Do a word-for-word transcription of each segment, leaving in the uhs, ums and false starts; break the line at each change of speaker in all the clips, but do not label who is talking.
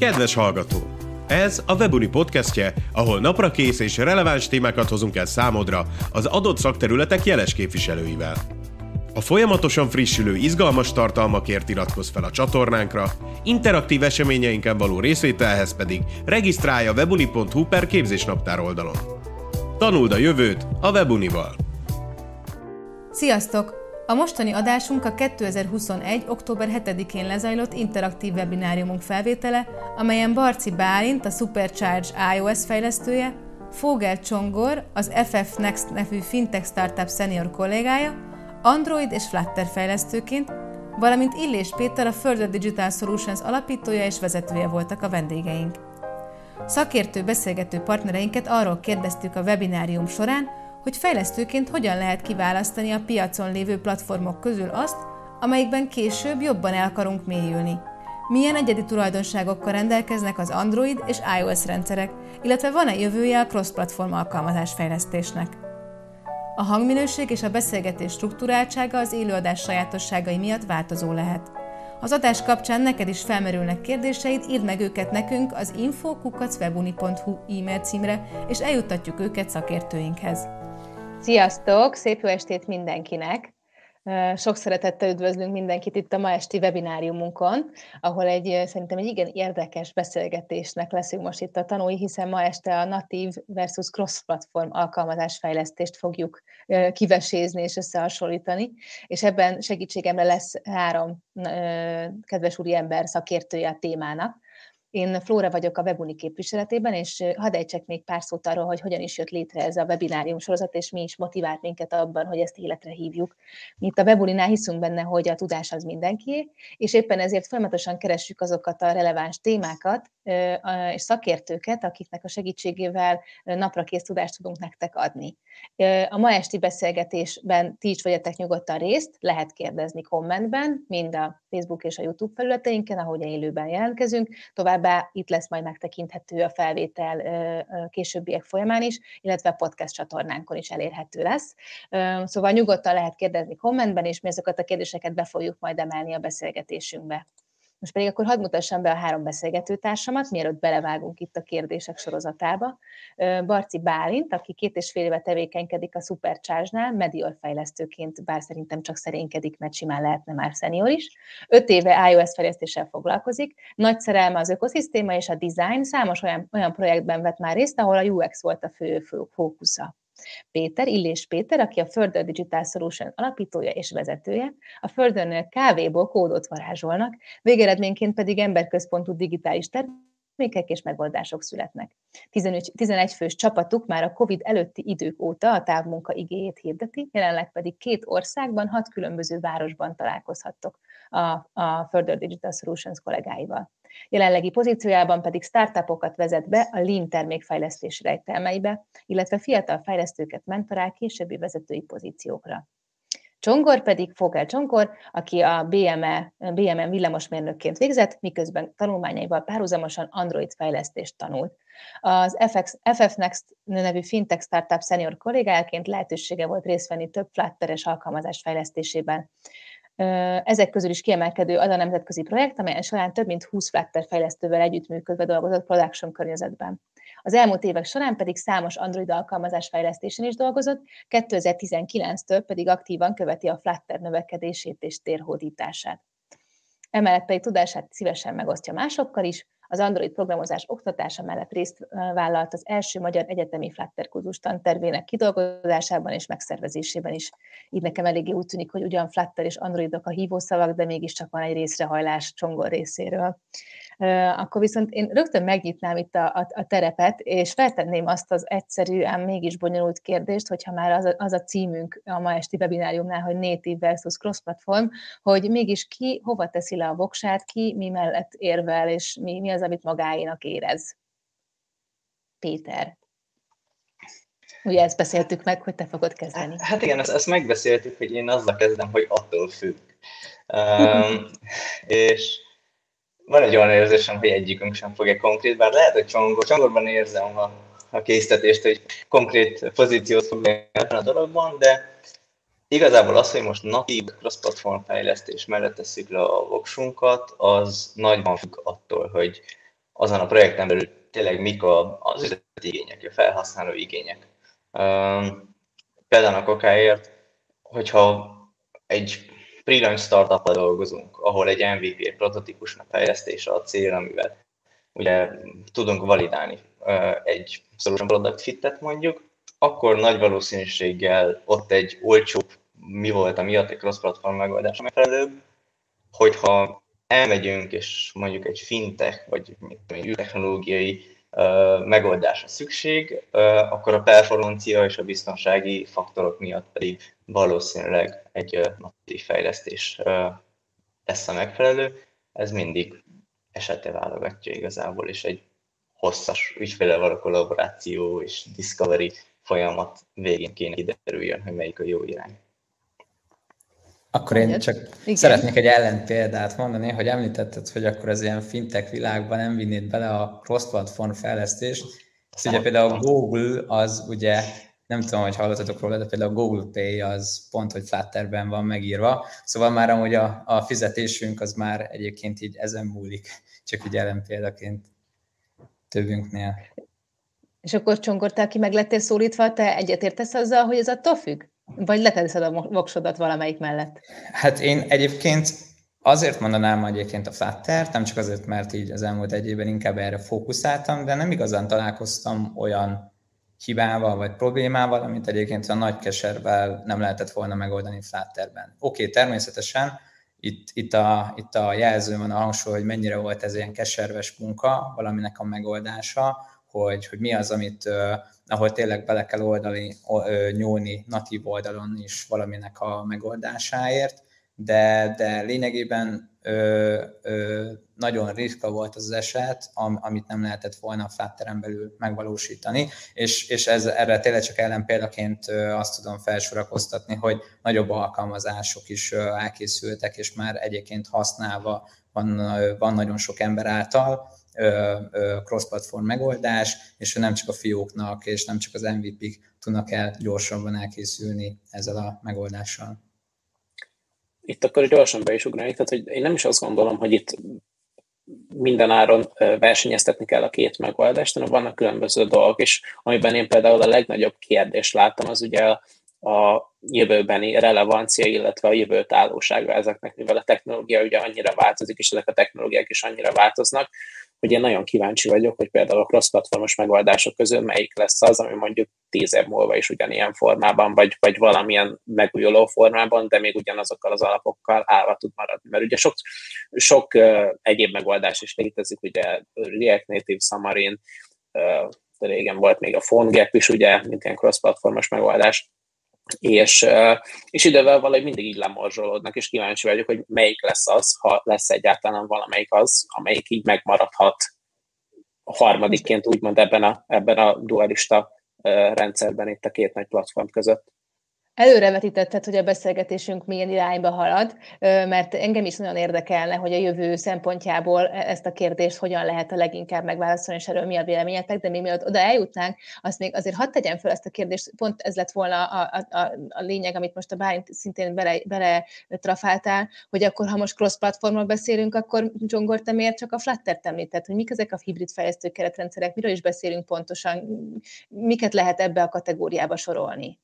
Kedves hallgató! Ez a Webuni podcastje, ahol naprakész és releváns témákat hozunk el számodra az adott szakterületek jeles képviselőivel. A folyamatosan frissülő, izgalmas tartalmakért iratkozz fel a csatornánkra, interaktív eseményeinken való részvételhez pedig regisztrálj a webuni pont hu per képzésnaptár oldalon. Tanuld a jövőt a Webunival!
Sziasztok! A mostani adásunk a kétezer-huszonegy. október hetedikén lezajlott interaktív webináriumunk felvétele, amelyen Barci Bálint, a Supercharge iOS fejlesztője, Fogel Csongor, az ef ef Next nevű fintech startup senior kollégája, Android és Flutter fejlesztőként, valamint Illés Péter, a Further Digital Solutions alapítója és vezetője voltak a vendégeink. Szakértő beszélgető partnereinket arról kérdeztük a webinárium során, hogy fejlesztőként hogyan lehet kiválasztani a piacon lévő platformok közül azt, amelyikben később jobban el akarunk mélyülni. Milyen egyedi tulajdonságokkal rendelkeznek az Android és iOS rendszerek, illetve van-e jövője a cross-platform alkalmazásfejlesztésnek. A hangminőség és a beszélgetés strukturáltsága az élőadás sajátosságai miatt változó lehet. Az adás kapcsán neked is felmerülnek kérdéseid, írd meg őket nekünk az info kukac webuni pont hu e-mail címre, és eljuttatjuk őket szakértőinkhez.
Sziasztok! Szép jó estét mindenkinek! Sok szeretettel üdvözlünk mindenkit itt a ma esti webináriumunkon, ahol egy, szerintem egy igen érdekes beszélgetésnek leszünk most itt a tanúi, hiszen ma este a natív versus cross-platform alkalmazásfejlesztést fogjuk kivesézni és összehasonlítani, és ebben segítségemre lesz három kedves úriember szakértője a témának. Én Flóra vagyok a Webuni képviseletében, és hadd ejtsek még pár szót arról, hogy hogyan is jött létre ez a webinárium sorozat, és mi is motivált minket abban, hogy ezt életre hívjuk. Mi itt a Webuninál hiszünk benne, hogy a tudás az mindenkié, és éppen ezért folyamatosan keressük azokat a releváns témákat és szakértőket, akiknek a segítségével naprakész tudást tudunk nektek adni. A ma esti beszélgetésben ti is vegyetek nyugodtan részt, lehet kérdezni kommentben, mind a Facebook és a YouTube felületeinken, ahogy élőben jelentkezünk, továbbá itt lesz majd megtekinthető a felvétel későbbiek folyamán is, illetve a podcast csatornánkon is elérhető lesz. Szóval nyugodtan lehet kérdezni kommentben, és mi ezeket a kérdéseket be fogjuk majd emelni a beszélgetésünkbe. Most pedig akkor hadd mutassam be a három beszélgetőtársamat, mielőtt belevágunk itt a kérdések sorozatába. Barci Bálint, aki két és fél éve tevékenykedik a Supercharge-nál, medior fejlesztőként, bár szerintem csak szerénykedik, mert simán lehetne már szenior is. Öt éve iOS fejlesztéssel foglalkozik, nagy szerelme az ökoszisztéma és a design, számos olyan, olyan projektben vett már részt, ahol a u iksz volt a fő, fő fókusza. Péter, Illés Péter, aki a Further Digital Solutions alapítója és vezetője, a Furthernél kávéból kódot varázsolnak, végeredményként pedig emberközpontú digitális termékek és megoldások születnek. tizenegy fős csapatuk már a Covid előtti idők óta a távmunka igéjét hirdeti, jelenleg pedig két országban, hat különböző városban találkozhattok a, a Further Digital Solutions kollégáival. Jelenlegi pozíciójában pedig startupokat vezet be a Lean termékfejlesztés rejtelmeibe, illetve fiatal fejlesztőket mentorál későbbi vezetői pozíciókra. Csongor pedig Fogel Csongor, aki a bé em e, bé em e villamosmérnökként végzett, miközben tanulmányaival párhuzamosan Android fejlesztést tanult. Az ef ef Next nevű fintech startup senior kollégájaként lehetősége volt részt venni több Flutteres alkalmazás fejlesztésében. Ezek közül is kiemelkedő az a nemzetközi projekt, amelyen során több mint húsz Flutter fejlesztővel együttműködve dolgozott production környezetben. Az elmúlt évek során pedig számos Android alkalmazás fejlesztésen is dolgozott, kétezer-tizenkilenctől pedig aktívan követi a Flutter növekedését és térhódítását. Emellett pedig tudását szívesen megosztja másokkal is, az Android programozás oktatása mellett részt vállalt az első magyar egyetemi Flutter kurzus tantervének kidolgozásában és megszervezésében is. Így nekem eléggé úgy tűnik, hogy ugyan Flutter és Androidok a hívószavak, de mégiscsak van egy részrehajlás Csongor részéről. Akkor viszont én rögtön megnyitnám itt a, a, a terepet, és feltenném azt az egyszerű, ám mégis bonyolult kérdést, hogyha már az a, az a címünk a ma esti webináriumnál, hogy native versus cross-platform, hogy mégis ki hova teszi le a voksát, ki mi mellett érvel, és mi, mi az, amit magáénak érez. Péter. Ugye ezt beszéltük meg, hogy te fogod kezdeni.
Hát igen, ezt, ezt megbeszéltük, hogy én azzal kezdem, hogy attól függ. um, és van egy olyan érzésem, hogy egyikünk sem fogja konkrét, bár lehet, hogy csongor, csongorban érzem a, a késztetést, hogy konkrét pozíciót fogja ebben a dologban, de igazából az, hogy most natív cross-platform fejlesztés mellett tesszük le a voksunkat, az nagyban függ attól, hogy azon a projekten belül tényleg mik a, az üzleti igények, a felhasználó igények. Például a kokáért, hogyha egy pre-launch startup-al dolgozunk, ahol egy em vé pé, egy prototípusnak fejlesztése a cél, amivel ugye tudunk validálni egy solution product fittet mondjuk, akkor nagy valószínűséggel ott egy olcsóbb, mi volt a miatt egy cross-platform megoldás megfelelőbb, hogyha elmegyünk és mondjuk egy fintech, vagy egy technológiai uh, megoldásra szükség, uh, akkor a performancia és a biztonsági faktorok miatt pedig valószínűleg egy uh, natív fejlesztés uh, lesz a megfelelő. Ez mindig esete válogatja igazából, és egy hosszas ügyféllel való kollaboráció és discovery folyamat végén kéne kiderüljön, hogy melyik a jó irány.
Akkor én csak Igen. szeretnék egy ellenpéldát mondani, hogy említetted, hogy akkor az ilyen fintech világban nem vinnéd bele a cross-platform fejlesztést. Ez ugye például a Google az ugye, nem tudom, hogy hallottatok róla, de például a Google Pay az pont, hogy Flutterben van megírva. Szóval már amúgy a, a fizetésünk az már egyébként így ezen múlik, csak így ellenpéldaként többünknél.
És akkor Csongor, te, aki meg lettél szólítva, te egyetértesz azzal, hogy ez attól függ? Vagy leteszed a voksodat valamelyik mellett?
Hát én egyébként azért mondanám egyébként a Fluttert, nem csak azért, mert így az elmúlt egy évben inkább erre fókuszáltam, de nem igazán találkoztam olyan hibával vagy problémával, amit egyébként a nagy keservel nem lehetett volna megoldani Flutterben. Oké, okay, természetesen itt, itt, a, itt a jelző van a hangsúly, hogy mennyire volt ez ilyen keserves munka, valaminek a megoldása, hogy, hogy mi az, amit, uh, ahol tényleg bele kell oldani, uh, nyúlni natív oldalon is valaminek a megoldásáért, de, de lényegében uh, uh, nagyon ritka volt az, az eset, am, amit nem lehetett volna a Flutteren belül megvalósítani, és, és ez, erre tényleg csak ellenpéldaként uh, azt tudom felsorakoztatni, hogy nagyobb alkalmazások is uh, elkészültek, és már egyébként használva van, uh, van nagyon sok ember által, cross-platform megoldás, és nem csak a fióknak, és nem csak az em vé pé-k tudnak el gyorsabban elkészülni ezzel a megoldással.
Itt akkor gyorsan be is ugrani, tehát hogy én nem is azt gondolom, hogy itt mindenáron versenyeztetni kell a két megoldást, hanem vannak különböző dolgok, és amiben én például a legnagyobb kérdést láttam, az ugye a jövőbeni relevancia, illetve a jövőt állósága ezeknek, mivel a technológia ugye annyira változik, és ezek a technológiák is annyira változnak, hogy én nagyon kíváncsi vagyok, hogy például a cross-platformos megoldások közül melyik lesz az, ami mondjuk tíz év múlva is ugyanilyen formában, vagy, vagy valamilyen megújuló formában, de még ugyanazokkal az alapokkal állva tud maradni. Mert ugye sok, sok uh, egyéb megoldás is létezik, ugye React Native, Xamarin, uh, régen volt még a PhoneGap is, ugye, mint ilyen cross-platformos megoldás, és, és idővel valahogy mindig így lemorzsolódnak, és kíváncsi vagyok, hogy melyik lesz az, ha lesz egyáltalán valamelyik az, amelyik így megmaradhat a harmadikként úgymond ebben a, ebben a dualista rendszerben itt a két nagy platform között.
Előrevetítetted, hogy a beszélgetésünk milyen irányba halad, mert engem is nagyon érdekelne, hogy a jövő szempontjából ezt a kérdést hogyan lehet a leginkább megválaszolni, és erről mi a véleményetek, de még mielőtt oda eljutnánk, azt még azért hadd tegyem fel ezt a kérdést, pont ez lett volna a, a, a lényeg, amit most a Bálint szintén bele, bele trafáltál, hogy akkor, ha most cross-platformról beszélünk, akkor Csongor, te miért csak a Fluttert említett, hogy mik ezek a hibrid fejlesztő keretrendszerek, miről is beszélünk pontosan, miket lehet ebbe a kategóriába sorolni?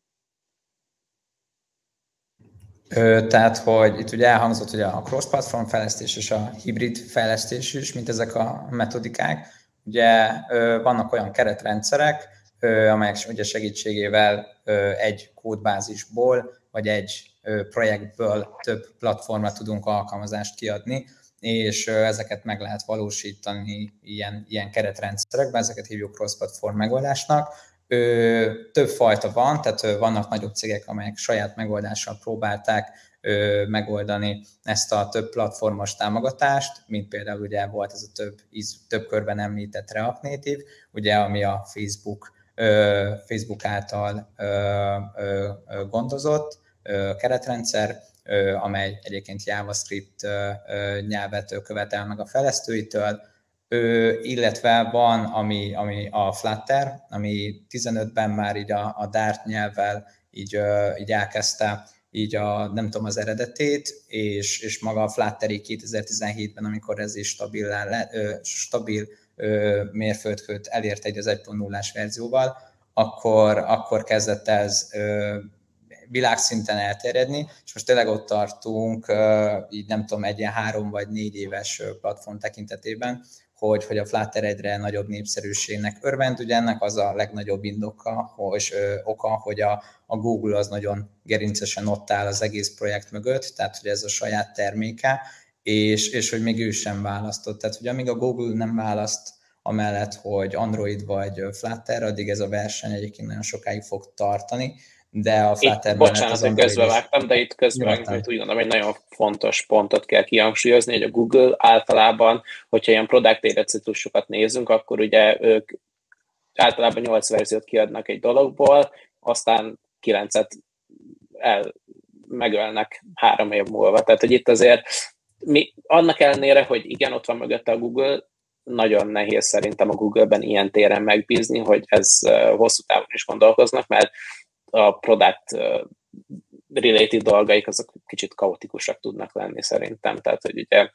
Ö, tehát, hogy itt ugye elhangzott, hogy a cross-platform fejlesztés és a hibrid fejlesztés is, mint ezek a metodikák. Ugye ö, vannak olyan keretrendszerek, ö, amelyek ugye segítségével ö, egy kódbázisból, vagy egy ö, projektből több platformra tudunk alkalmazást kiadni, és ö, ezeket meg lehet valósítani ilyen, ilyen keretrendszerekben, ezeket hívjuk cross-platform megoldásnak. Ö, több fajta van, tehát ö, vannak nagyobb cégek, amelyek saját megoldással próbálták ö, megoldani ezt a több platformos támogatást, mint például ugye volt ez a több, több körben említett React Native, ugye, ami a Facebook, ö, Facebook által ö, ö, gondozott ö, keretrendszer, ö, amely egyébként JavaScript ö, ö, nyelvet követel meg a fejlesztőitől. Ö, illetve van, ami, ami a Flutter, ami tizenötben már így a, a Dart nyelvvel így, ö, így elkezdte így a, nem tudom, az eredetét, és, és maga a Flutter kétezer-tizenhétben, amikor ez is stabil, ö, stabil ö, mérföldkőt elért egy az egy pont nullás verzióval, akkor, akkor kezdett ez ö, világszinten elterjedni, és most tényleg ott tartunk, ö, így nem tudom, egy ilyen három vagy négy éves platform tekintetében, hogy, hogy a Flutter egyre nagyobb népszerűségnek örvend, ugye ennek az a legnagyobb indoka, hogy, ö, oka, hogy a, a Google az nagyon gerincesen ott áll az egész projekt mögött, tehát hogy ez a saját terméke, és, és hogy még ő sem választott. Tehát, hogy amíg a Google nem választ amellett, hogy Android vagy Flutter, addig ez a verseny egyébként nagyon sokáig fog tartani, de a Flutter
itt,
mellett
bocsánat,
az
hogy
Android
közbevágtam, de itt közbevágtam, hogy úgy gondolom, egy nagyon fontos pontot kell kihangsúlyozni, hogy a Google általában, hogyha ilyen product életciklusokat nézünk, akkor ugye ők általában nyolc verziót kiadnak egy dologból, aztán kilencet el megölnek három év múlva. Tehát, hogy itt azért mi, annak ellenére, hogy igen, ott van mögötte a Google, nagyon nehéz szerintem a Google-ben ilyen téren megbízni, hogy ez hosszú távon is gondolkoznak, mert a product related dolgaik azok kicsit kaotikusak tudnak lenni szerintem. Tehát, hogy ugye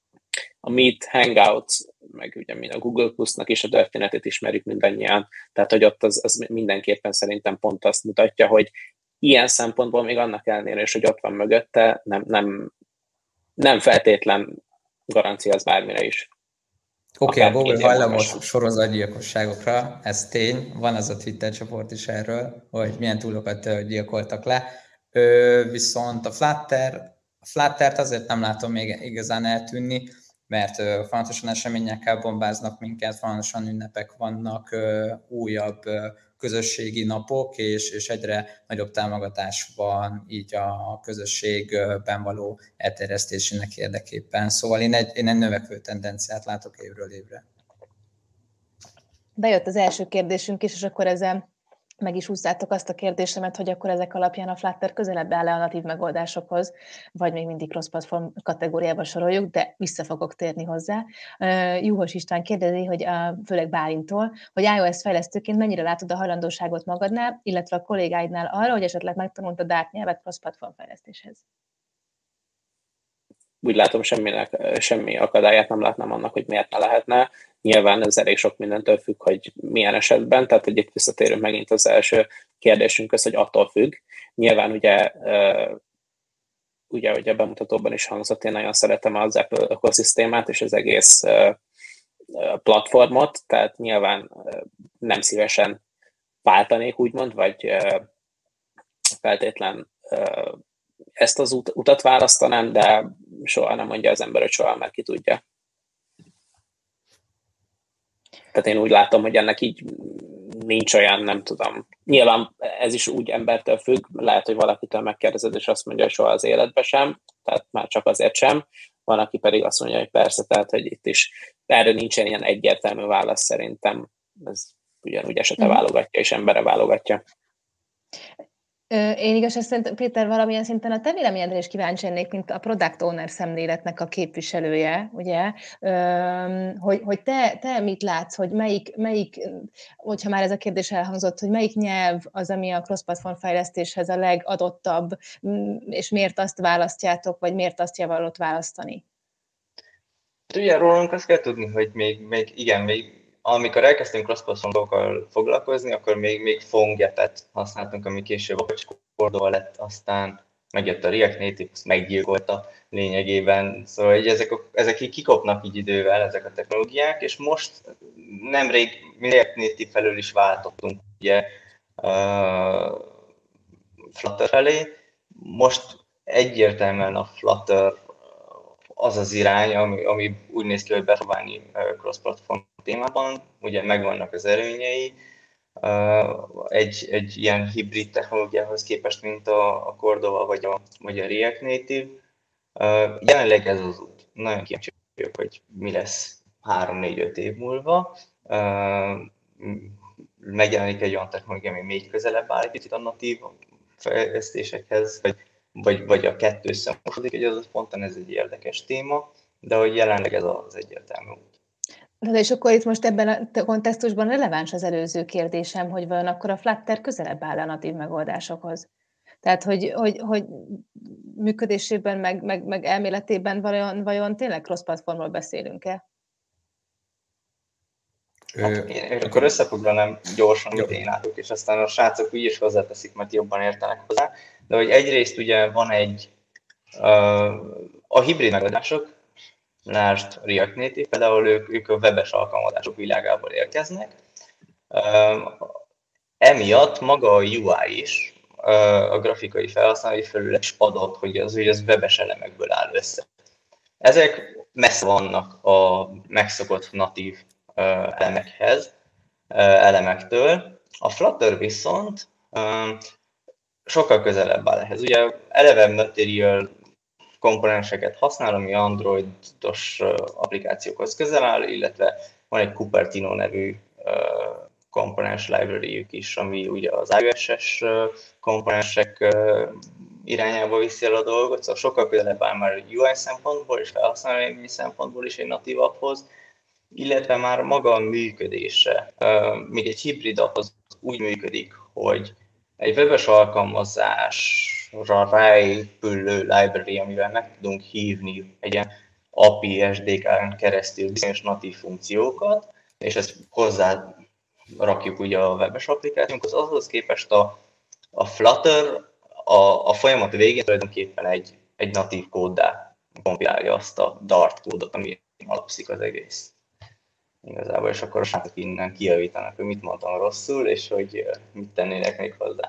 a Meet, Hangouts, meg ugye a Google Plus-nak is a történetét ismerjük mindannyian, tehát, hogy ott az, az mindenképpen szerintem pont azt mutatja, hogy ilyen szempontból még annak ellenére is, hogy ott van mögötte, nem, nem, nem feltétlen garancia az bármire is.
Oké, okay, a Google hajlamos sorozatgyilkosságokra, ez tény, van az a Twitter csoport is erről, hogy milyen túlokat gyilkoltak le, Ö, viszont a Flutter, a Fluttert azért nem látom még igazán eltűnni, mert ö, folyamatosan eseményekkel bombáznak minket, folyamatosan ünnepek vannak, ö, újabb ö, közösségi napok, és, és egyre nagyobb támogatás van így a közösségben való elterjesztésének érdekében. Szóval én egy, én egy növekvő tendenciát látok évről évre.
Bejött az első kérdésünk is, és akkor ezzel meg is húztátok azt a kérdésemet, hogy akkor ezek alapján a Flutter közelebb áll-e a natív megoldásokhoz, vagy még mindig cross-platform kategóriába soroljuk, de vissza fogok térni hozzá. Juhos István kérdezi, hogy a, főleg Bálintól, hogy iOS fejlesztőként mennyire látod a hajlandóságot magadnál, illetve a kollégáidnál arra, hogy esetleg megtanult a Dart nyelvet cross-platform fejlesztéshez.
Úgy látom, semminek, semmi akadályát nem látnám annak, hogy miért ne lehetne. Nyilván ez elég sok mindentől függ, hogy milyen esetben, tehát hogy itt visszatérünk megint az első kérdésünkhöz, hogy attól függ. Nyilván ugye, ugye, ugye a bemutatóban is hangzott, én nagyon szeretem az Apple ökoszisztémát és az egész platformot, tehát nyilván nem szívesen váltanék, úgymond, vagy feltétlen ezt az út, utat választanám, de soha nem mondja az ember, hogy soha, mert ki tudja. Tehát én úgy látom, hogy ennek így nincs olyan, nem tudom. Nyilván ez is úgy embertől függ, lehet, hogy valakitől megkérdezed, és azt mondja, hogy soha az életben sem, tehát már csak azért sem. Van, aki pedig azt mondja, hogy persze, tehát, hogy itt is erről nincsen ilyen egyértelmű válasz szerintem. Ez ugyanúgy esete válogatja, és embere válogatja.
Én igazság szerint, Péter, valamilyen szinten a te véleményedre is kíváncsi lennék, mint a product owner szemléletnek a képviselője, ugye, hogy, hogy te, te mit látsz, hogy melyik, melyik, hogyha már ez a kérdés elhangzott, hogy melyik nyelv az, ami a cross-platform fejlesztéshez a legadottabb, és miért azt választjátok, vagy miért azt javallott választani?
Ugye rólunk azt kell tudni, hogy még, még igen, még amikor elkezdtünk cross-platformokkal foglalkozni, akkor még, még PhoneGap-et használtunk, ami később a Cordova lett, aztán megjött a React Native, azt meggyilkolta lényegében. Szóval így ezek, ezek így kikopnak így idővel, ezek a technológiák, és most nemrég React Native felől is váltottunk ugye uh, Flutter felé. Most egyértelműen a Flutter az az irány, ami, ami úgy néz ki, hogy bepróbálni cross-platform témában, ugye megvannak az előnyei, egy, egy ilyen hibrid technológiához képest, mint a, a Cordova vagy a, vagy a React Native. Jelenleg ez az út. Nagyon kíváncsi vagyok, hogy mi lesz három-négy-öt év múlva. Megjelenik egy olyan technológia, ami még közelebb áll egy picit a natív fejlesztésekhez, vagy Vagy, vagy a kettő összemosodik egy adott ponton, ez egy érdekes téma, de hogy jelenleg ez az egyértelmű út.
De és akkor itt most ebben a kontextusban releváns az előző kérdésem, hogy vajon akkor a Flutter közelebb áll a natív megoldásokhoz. Tehát, hogy, hogy, hogy működésében, meg, meg, meg elméletében vajon, vajon tényleg cross-platformról beszélünk-e?
Hát én, én akkor összefoglalnám gyorsan, amit én látok, és aztán a srácok úgy is hozzáteszik, mert jobban értenek hozzá. De hogy egyrészt ugye van egy uh, a hibrid megoldások, lásd React Native, például ők, ők a webes alkalmazások világából érkeznek. Uh, emiatt maga a u i is, uh, a grafikai felhasználói felület is adott, hogy az, hogy az webes elemekből áll össze. Ezek messze vannak a megszokott natív uh, elemekhez, uh, elemektől. A Flutter viszont uh, sokkal közelebb áll ehhez. Ugye eleve Material komponenseket használ, ami androidos applikációkhoz közel áll, illetve van egy Cupertino nevű komponens library-jük is, ami ugye az iOS-es komponensek irányába viszi el a dolgot, szóval sokkal közelebb áll már u i szempontból és felhasználói szempontból is egy natív apphoz, illetve már maga a működése, még egy hibrid apphoz úgy működik, hogy egy webes alkalmazásra ráépülő library, amivel meg tudunk hívni egy ilyen á pé i es dé ká-n keresztül bizonyos natív funkciókat, és ezt hozzá rakjuk ugye a webes applikációnkhoz, azhoz képest a, a Flutter a, a folyamat végén tulajdonképpen egy, egy natív kóddá kompilálja azt a Dart kódot, ami alapszik az egész. Igazából, és akkor a srácok innen kijavítanak, hogy mit mondtam rosszul, és hogy mit tennének még hozzá.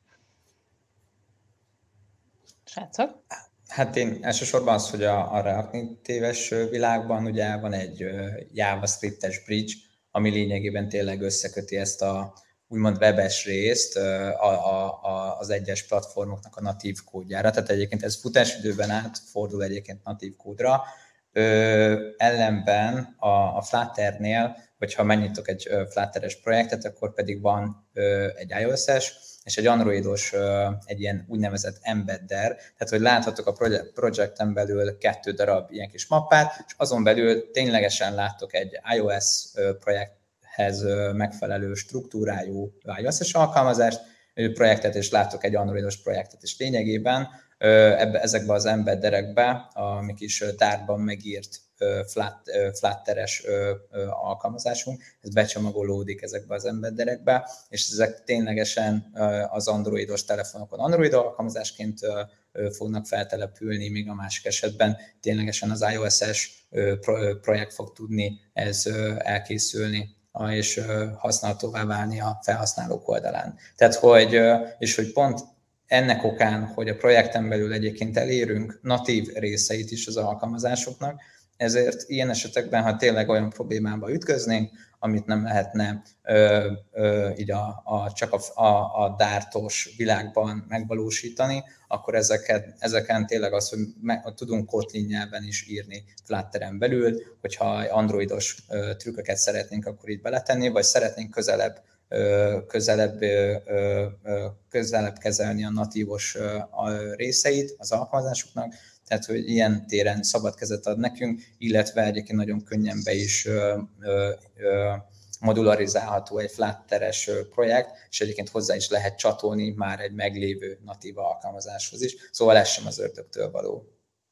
Srácok?
Hát én elsősorban az, hogy a, a React Native-es világban ugye van egy JavaScript-es bridge, ami lényegében tényleg összeköti ezt a úgymond webes részt a, a, a, az egyes platformoknak a natív kódjára. Tehát egyébként ez futásidőben átfordul egyébként natív kódra. Ö, ellenben a, a Flutternél, hogyha megnyitok egy Flutteres projektet, akkor pedig van ö, egy iOS-es és egy androidos, ö, egy ilyen úgynevezett embedder, tehát hogy láthatok a projekten belül kettő darab ilyen kis mappát, és azon belül ténylegesen láttok egy iOS projekthez megfelelő struktúrájú iOS-es alkalmazást, projektet, és látok egy androidos projektet, és lényegében ebbe, ezekbe az embedderekbe, a mi kis tárban megírt Flutteres alkalmazásunk, ez becsomagolódik ezekbe az embedderekbe, és ezek ténylegesen az androidos telefonokon android alkalmazásként fognak feltelepülni, míg a másik esetben ténylegesen az iOS-es projekt fog tudni ez elkészülni és használhatóvá válni a felhasználók oldalán. Tehát, hogy, és hogy pont ennek okán, hogy a projekten belül egyébként elérünk natív részeit is az alkalmazásoknak, ezért ilyen esetekben, ha tényleg olyan problémába ütköznénk, amit nem lehetne ö, ö, így a, a, csak a, a, a dártos világban megvalósítani, akkor ezeket, ezeken tényleg az, hogy meg, tudunk Kotlin nyelven is írni Flutteren belül, hogyha androidos ö, trükköket szeretnénk akkor így beletenni, vagy szeretnénk közelebb közelebb, közelebb kezelni a natívos részeit az alkalmazásoknak, tehát hogy ilyen téren szabad kezet ad nekünk, illetve egyébként nagyon könnyen be is modularizálható egy Flutteres projekt, és egyébként hozzá is lehet csatolni már egy meglévő natív alkalmazáshoz is, szóval ez sem az ördögtől való.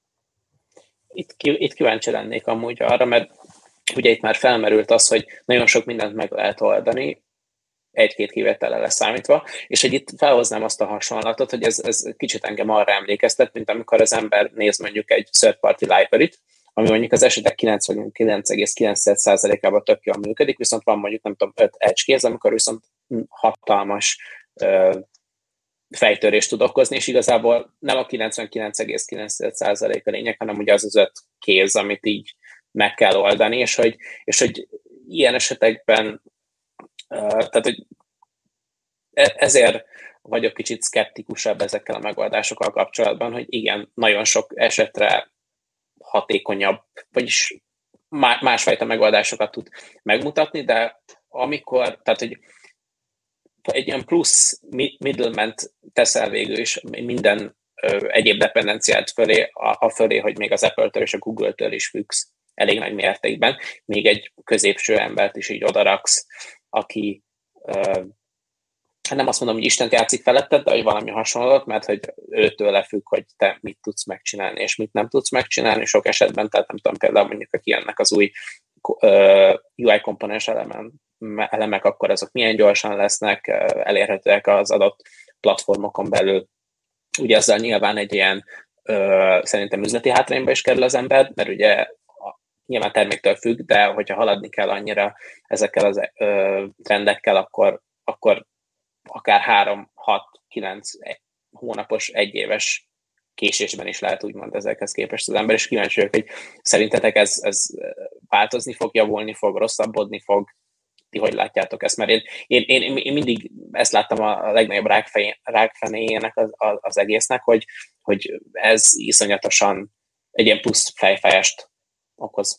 Itt, itt kíváncsi lennék amúgy arra, mert ugye itt már felmerült az, hogy nagyon sok mindent meg lehet oldani, egy-két kivétellel leszámítva, és hogy itt felhoznám azt a hasonlatot, hogy ez, ez kicsit engem arra emlékeztet, mint amikor az ember néz mondjuk egy third-party library-t, ami mondjuk az esetek kilencvenkilenc egész kilenc százalékában tök jól működik, viszont van mondjuk nem tudom öt edge case, amikor viszont hatalmas ö, fejtörést tud okozni, és igazából nem a kilencvenkilenc egész kilenc százalék a lényeg, hanem ugye az az öt case, amit így meg kell oldani, és hogy, és hogy ilyen esetekben Uh, tehát, hogy ezért vagyok kicsit szkeptikusabb ezekkel a megoldásokkal kapcsolatban, hogy igen, nagyon sok esetre hatékonyabb, vagyis másfajta megoldásokat tud megmutatni, de amikor, tehát, hogy egy ilyen plusz middleman-t teszel végül is minden uh, egyéb dependenciát fölé, a, a fölé, hogy még az Apple-től és a Google-től is függsz elég nagy mértékben, még egy középső embert is így odaraksz, aki uh, nem azt mondom, hogy Isten játszik feletted, de hogy valami hasonlót, mert hogy őtől függ, hogy te mit tudsz megcsinálni, és mit nem tudsz megcsinálni sok esetben, tehát nem tudom, például mondjuk, hogy kijönnek az új uh, u i komponens elemek, akkor azok milyen gyorsan lesznek elérhetőek az adott platformokon belül. Ugye ezzel nyilván egy ilyen uh, szerintem üzleti hátrányba is kerül az ember, mert ugye nyilván terméktől függ, de hogyha haladni kell annyira ezekkel az uh, trendekkel, akkor, akkor akár három, hat, kilenc hónapos, egyéves késésben is lehet úgymond ezekhez képest az ember, és kíváncsi vagyok, hogy szerintetek ez, ez változni fog, javulni fog, rosszabbodni fog, ti hogy látjátok ezt? Mert én, én, én, én mindig ezt láttam a legnagyobb rákfenéjének az, az egésznek, hogy, hogy ez iszonyatosan egy ilyen plusz fejfájást okoz.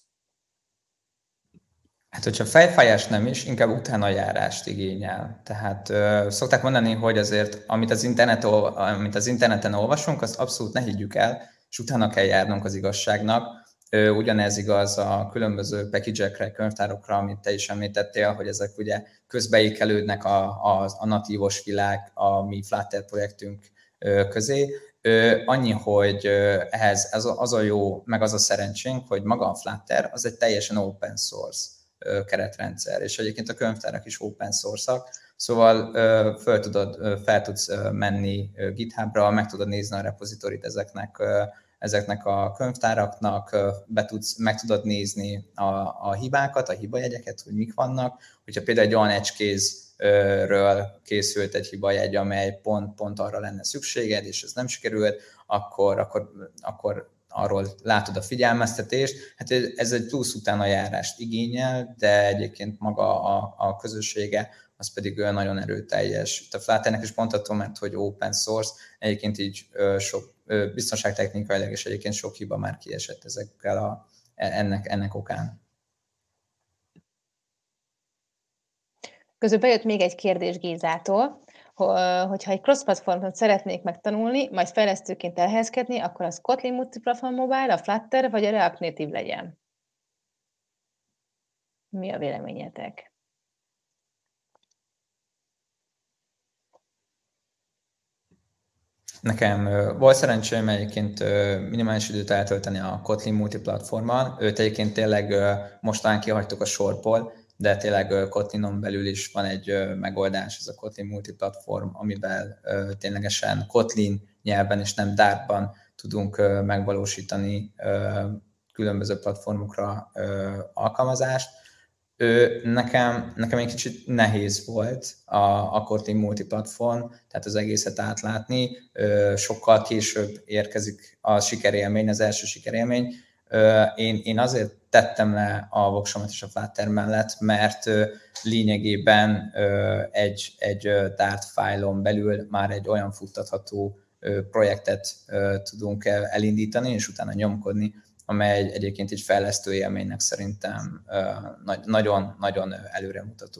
Hát, hogyha fejfájás nem is, inkább utánajárást igényel. Tehát ö, szokták mondani, hogy azért, amit az, internet, amit az interneten olvasunk, azt abszolút ne higgyük el, és utána kell járnunk az igazságnak. Ö, ugyanez igaz a különböző package-ekre, könyvtárokra, amit te is említettél, hogy ezek ugye közbeékelődnek a, a, a natívos világ, a mi Flutter projektünk ö, közé. Ö, annyi, hogy ehhez az, az a jó, meg az a szerencsénk, hogy maga a Flutter az egy teljesen open source keretrendszer, és egyébként a könyvtárak is open source-ak, szóval fel, tudod, fel tudsz menni GitHubra, meg tudod nézni a repozitorit ezeknek, ezeknek a könyvtáraknak, be tudsz, meg tudod nézni a, a hibákat, a hibajegyeket, hogy mik vannak. Hogyha például egy olyan edge-case-ről készült egy hibajegy, amely pont, pont arra lenne szükséged, és ez nem sikerült, akkor, akkor, akkor arról látod a figyelmeztetést. Hát ez egy plusz utánajárást igényel, de egyébként maga a, a közössége, az pedig nagyon erőteljes. Itt a Flutternek is mondhatom, mert hogy open source, egyébként így sok biztonságtechnikailag és egyébként sok hiba már kiesett ezekkel a, ennek, ennek okán.
Közben bejött még egy kérdés Gézától, hogyha egy cross-platformot szeretnék megtanulni, majd fejlesztőként elhelyezkedni, akkor az Kotlin Multiplatform Mobile, a Flutter vagy a React Native legyen? Mi a véleményetek?
Nekem volt szerencsém egyébként minimális időt eltölteni a Kotlin Multiplatformon. Őt egyébként tényleg mostan kihagytuk a sorból, de tényleg Kotlinon belül is van egy megoldás, ez a Kotlin Multiplatform, amivel ténylegesen Kotlin nyelven és nem Dartban tudunk megvalósítani különböző platformokra alkalmazást. Nekem, nekem egy kicsit nehéz volt a, a Kotlin Multiplatform, tehát az egészet átlátni. Sokkal később érkezik a sikerélmény, az első sikerélmény. Én, én azért tettem le a voksomat és a Flutter mellett, mert lényegében egy, egy Dart fájlon belül már egy olyan futtatható projektet tudunk elindítani, és utána nyomkodni, amely egyébként egy fejlesztő élménynek szerintem nagyon-nagyon előremutató.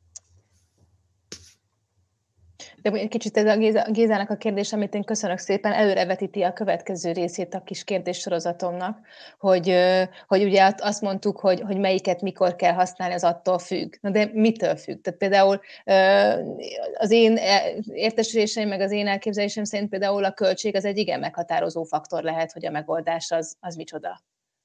De egy kicsit ez a Géza, Gézának a kérdés, amit én köszönök szépen, előrevetíti a következő részét a kis kérdéssorozatomnak, hogy, hogy ugye azt mondtuk, hogy, hogy melyiket mikor kell használni, az attól függ. Na de mitől függ? Tehát például az én értesüléseim, meg az én elképzelésem szerint például a költség az egy igen meghatározó faktor lehet, hogy a megoldás az, az micsoda.